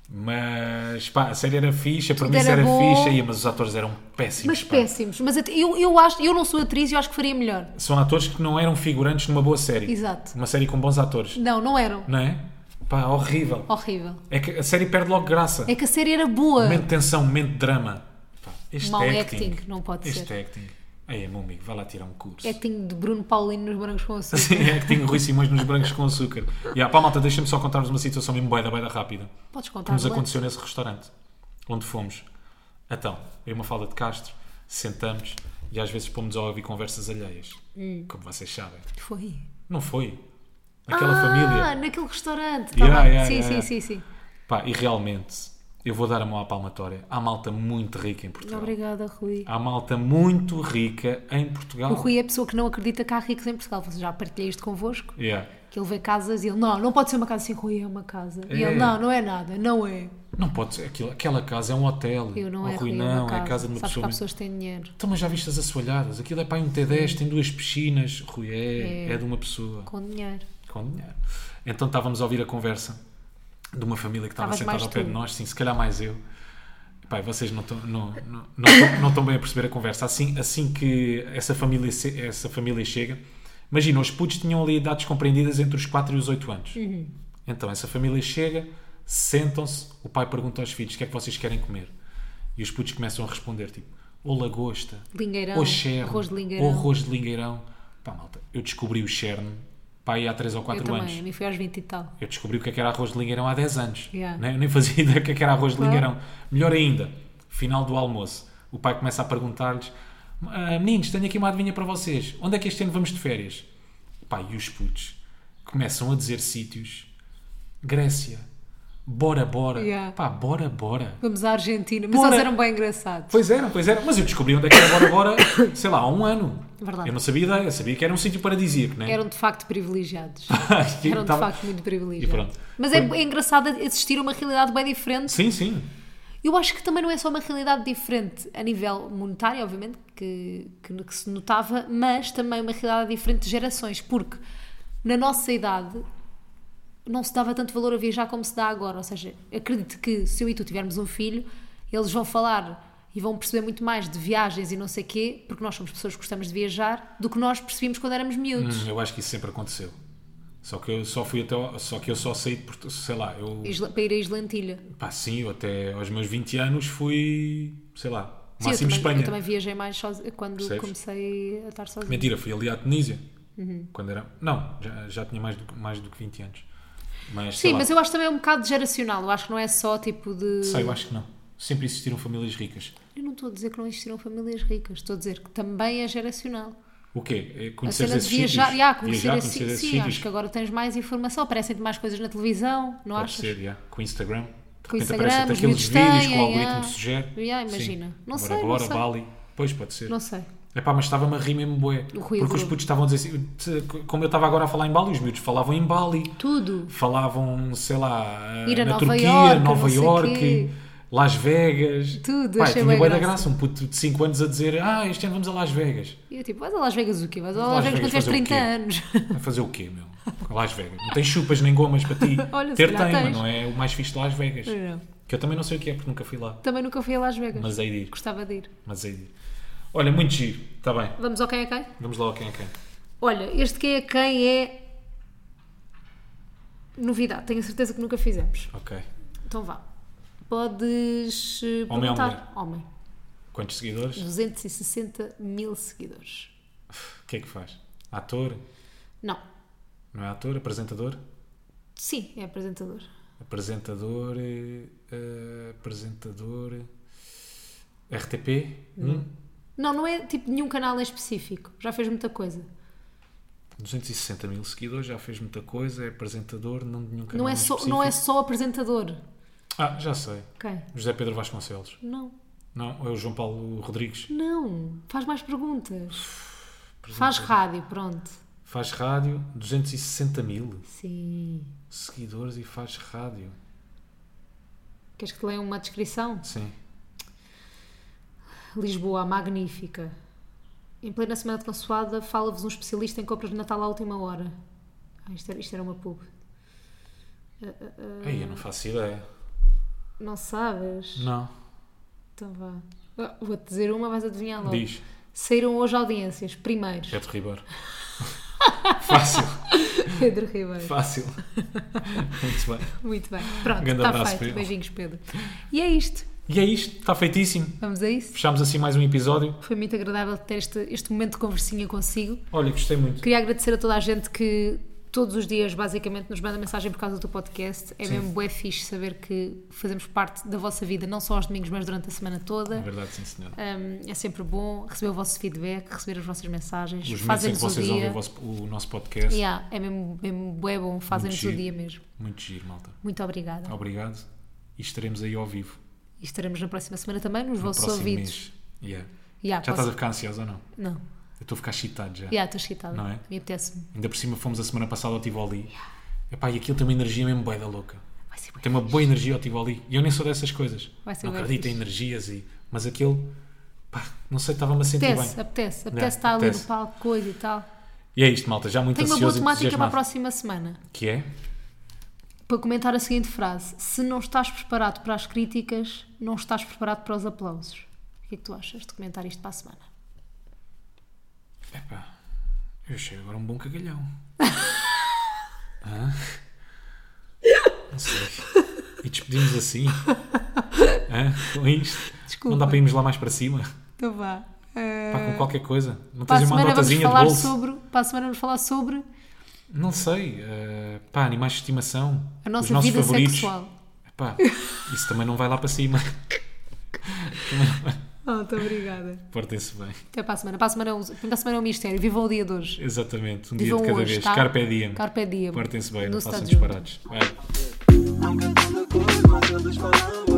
Mas pá, a série era fixe, a Tudo premissa era era bom. fixe, mas os atores eram péssimos. Mas pá. péssimos. Mas eu não sou atriz e eu acho que faria melhor. São atores que não eram figurantes numa boa série. Exato. Uma série com bons atores. Não eram. Não é? Pá, horrível. Horrível. É que a série perde logo graça. É que a série era boa. Momento de tensão, momento de drama. Pá, este Mau acting, não pode este ser. acting. Aí, meu amigo, vai lá tirar um curso. Acting de Bruno Paulino nos Brancos com Açúcar. Sim, acting Rui Simões nos brancos com açúcar. Pá, malta, deixa-me só contar-vos uma situação mesmo boeda rápida. Podes Que contar. nos Lê. aconteceu nesse restaurante onde fomos. Então, eu e uma falda de Castro, sentamos e às vezes pomos a ouvir conversas alheias. Como vocês sabem. Foi. Não foi? Aquela família. Naquele restaurante. Tá Yeah, bem. yeah, sim, yeah. sim. Pá, e realmente, eu vou dar a mão à palmatória. Há malta muito rica em Portugal. Obrigada, Rui. Há malta muito rica em Portugal. O Rui é a pessoa que não acredita que há ricos em Portugal. Você já partilhei isto convosco. Yeah. Que ele vê casas e ele, não pode ser uma casa assim, Rui, é uma casa. E É. ele, não é nada, não é. Não pode ser. Aquela casa é um hotel. Eu não Oh, é Rui, Rui, é não, uma casa. é a casa de uma Sabes que pessoa. há pessoas que têm dinheiro. Então, mas já viste as assoalhadas? Aquilo é para aí um T10, tem 2 piscinas. Rui, é de uma pessoa. Com dinheiro. Com dinheiro. Então estávamos a ouvir a conversa de uma família que estava Estavas sentada mais ao pé tu. de nós, sim, se calhar mais eu. Pai, vocês não estão bem a perceber a conversa. Assim que essa família chega, imagina, os putos tinham ali idades compreendidas entre os 4 e os 8 anos. Então essa família chega, sentam-se, o pai pergunta aos filhos o que é que vocês querem comer. E os putos começam a responder tipo, ou lagosta, Lingueirão, ou cherno, arroz de lingueirão. ou arroz de lingueirão. Pá, malta, eu descobri o Cherno, pá, aí há 3 ou 4 Eu anos. também, a mim foi aos 20 e tal. Eu descobri o que era arroz de lingueirão há 10 anos. Yeah. Nem, nem fazia ideia do que era arroz de Claro. lingueirão. Melhor ainda, final do almoço, o pai começa a perguntar-lhes: meninos, tenho aqui uma adivinha para vocês. Onde é que este ano vamos de férias? Pá, e os putos começam a dizer sítios. Grécia. Bora, bora. Yeah. Pá, bora, bora. Vamos à Argentina, mas Bora. eles eram bem engraçados. Pois eram. Mas eu descobri onde é que era bora, bora, sei lá, há um ano. Verdade. Eu não sabia ideia, eu sabia que era um sítio paradisíaco, não é? Eram de facto privilegiados. E Eram de tava- facto muito E privilegiados. pronto. Mas é engraçado existir uma realidade bem diferente. Sim, sim. Eu acho que também não é só uma realidade diferente a nível monetário, obviamente, que se notava, mas também uma realidade diferente de gerações, porque na nossa idade não se dava tanto valor a viajar como se dá agora. Ou seja, acredito que se eu e tu tivermos um filho, eles vão falar e vão perceber muito mais de viagens e não sei quê, porque nós somos pessoas que gostamos de viajar, do que nós percebíamos quando éramos miúdos. Eu acho que isso sempre aconteceu. Só que eu só fui só que eu só saí de Porto, sei lá, eu Para ir a Islantilha. pá, sim, eu até aos meus 20 anos fui, sei lá, Sim, máximo Espanha. eu também viajei mais quando Percebes? comecei a estar sozinha. Mentira, fui ali à Tunísia. Uhum. Quando era, não, já tinha mais do que 20 anos. Mas Sim, sei lá, mas eu acho também um bocado geracional. Eu acho que não é só tipo de. sei, eu acho que não. Sempre existiram famílias ricas. Eu não estou a dizer que não existiram famílias ricas, estou a dizer que também é geracional. O quê? É A conhecer cena de esses viajar, sítios? yeah, conhecer Viajar, esse- esses sim, sítios? acho que agora tens mais informação, aparecem-te mais coisas na televisão, não Pode achas? ser, yeah. Com o Instagram. De Com o repente Instagram, aparecem os aqueles miúdos vídeos têm, que o algoritmo yeah. te sugere. Yeah, Sim. imagina. Não Bora, sei, não bora, sei. Bali. Pois, pode ser. Não sei. Epá, mas estava-me a rir mesmo bué. O Rui Porque os adorou. putos estavam a dizer assim, como eu estava agora a falar em Bali, os miúdos falavam em Bali. Tudo. Falavam, sei lá, Ir a na Nova Turquia, Iorque, Nova não sei Iorque, quê. Las Vegas. Tudo, Pá, achei tinha bué bué da graça. graça, um puto de 5 anos a dizer, este ano vamos a Las Vegas. E eu tipo, vais a Las Vegas o quê? Vais a Las Las Vegas quando Vegas tens fazer o 30 quê? anos. A fazer o quê, meu? A Las Vegas. Não tem chupas nem gomas para ti. Olha, se Ter calhar tem, mas tens. não é o mais fixe de Las Vegas. Não. Que eu também não sei o que é, porque nunca fui lá. Também nunca fui a Las Vegas. Mas hei de ir. Gostava de ir. Mas hei de ir. Olha, muito giro. Está bem. Vamos ao quem é quem? Vamos lá ao quem é quem. Olha, este quem é quem é novidade. Tenho a certeza que nunca fizemos. Ok. Então vá. Podes Homem ou perguntar. Homem. Quantos seguidores? 260 mil seguidores. O que é que faz? Ator? Não. Não é ator? Apresentador? Sim, é apresentador. Apresentador. Apresentador. RTP? Não, não é tipo nenhum canal em específico. Já fez muita coisa. 260 mil seguidores, já fez muita coisa, é apresentador, não de nenhum canal Não é, em só, específico. não é só apresentador. Já sei. Quem? José Pedro Vasconcelos. Não. Não, é o João Paulo Rodrigues. Não. Faz mais perguntas. Faz rádio, pronto. Faz rádio, 260 mil Sim. seguidores e faz rádio. Queres que te leia uma descrição? Sim. Lisboa, magnífica. Em plena semana de consoada, fala-vos um especialista em compras de Natal à última hora. Isto era uma pub. Ei, eu não faço ideia. Não sabes? Não. Então vá. Vou-te dizer uma, vais adivinhar logo. Diz. Saíram hoje audiências. Primeiros. Pedro Ribeiro. Fácil. Pedro Ribeiro. Fácil. Muito bem. Muito bem. Pronto, Grande está abraço feito. para ele. Beijinhos, Pedro. E é isto. E é isto, está feitíssimo. Vamos a isso? Fechámos assim mais um episódio. Foi muito agradável ter este momento de conversinha consigo. Olha, gostei muito. Queria agradecer a toda a gente que todos os dias basicamente nos manda mensagem por causa do podcast. É Sim. mesmo bué fixe saber que fazemos parte da vossa vida, não só aos domingos, mas durante a semana É toda. verdade, sim, senhora. É sempre bom receber o vosso feedback, receber as vossas mensagens. Os momentos em que Fazem-nos o vocês ouvem dia. o nosso podcast. Yeah, é mesmo bué bom, fazem-nos o giro. dia mesmo. Muito giro, malta. Muito obrigada. Obrigado. E estaremos aí ao vivo. E estaremos na próxima semana também nos No vossos próximo ouvidos. mês. Yeah. Yeah, Já posso- estás a ficar ansiosa ou não? Não. Eu estou a ficar excitado já. Estou excitada. Não é? Me apetece-me. Ainda por cima fomos a semana passada ao Tivoli. Epá, e aquilo tem uma energia mesmo bué da louca. Vai ser bué Tem uma fixe. boa energia ao Tivoli. E eu nem sou dessas coisas. Vai ser Não bué acredito em fixe. energias mas aquele... Pá, não sei, estava-me a sentir Apetece, bem. apetece. Yeah, Apetece estar ali apetece. no palco, coisa e tal. E é isto, malta. Já muito Tenho uma boa ansioso e temática para a entusiasmado. próxima semana. Que é? Para comentar a seguinte frase: se não estás preparado para as críticas, não estás preparado para os aplausos. O que é que tu achas de comentar isto para a semana? Epá, eu achei agora um bom cagalhão. Hã? Não sei. E despedimos assim? Hã? Com isto? Desculpa. Não dá para irmos lá mais para cima? Então vá. Pá, com qualquer coisa? Não Para a tens uma semana vamos notazinha de falar bolso? sobre para a semana vamos falar sobre Não sei. Pá, animais de estimação. a nossa os nossos vida favoritos. sexual. Pá, isso também não vai lá para cima. Muito obrigada. Portem-se bem. Até para a semana. Para a semana é um mistério. Vivam o dia de hoje. Exatamente. Um dia Vivam de cada hoje, vez. tá? Carpe diem. Carpe diem. Portem-se bem, Não não se façam está junto. disparados. Vai. Nunca tão de acordo, mas eles falam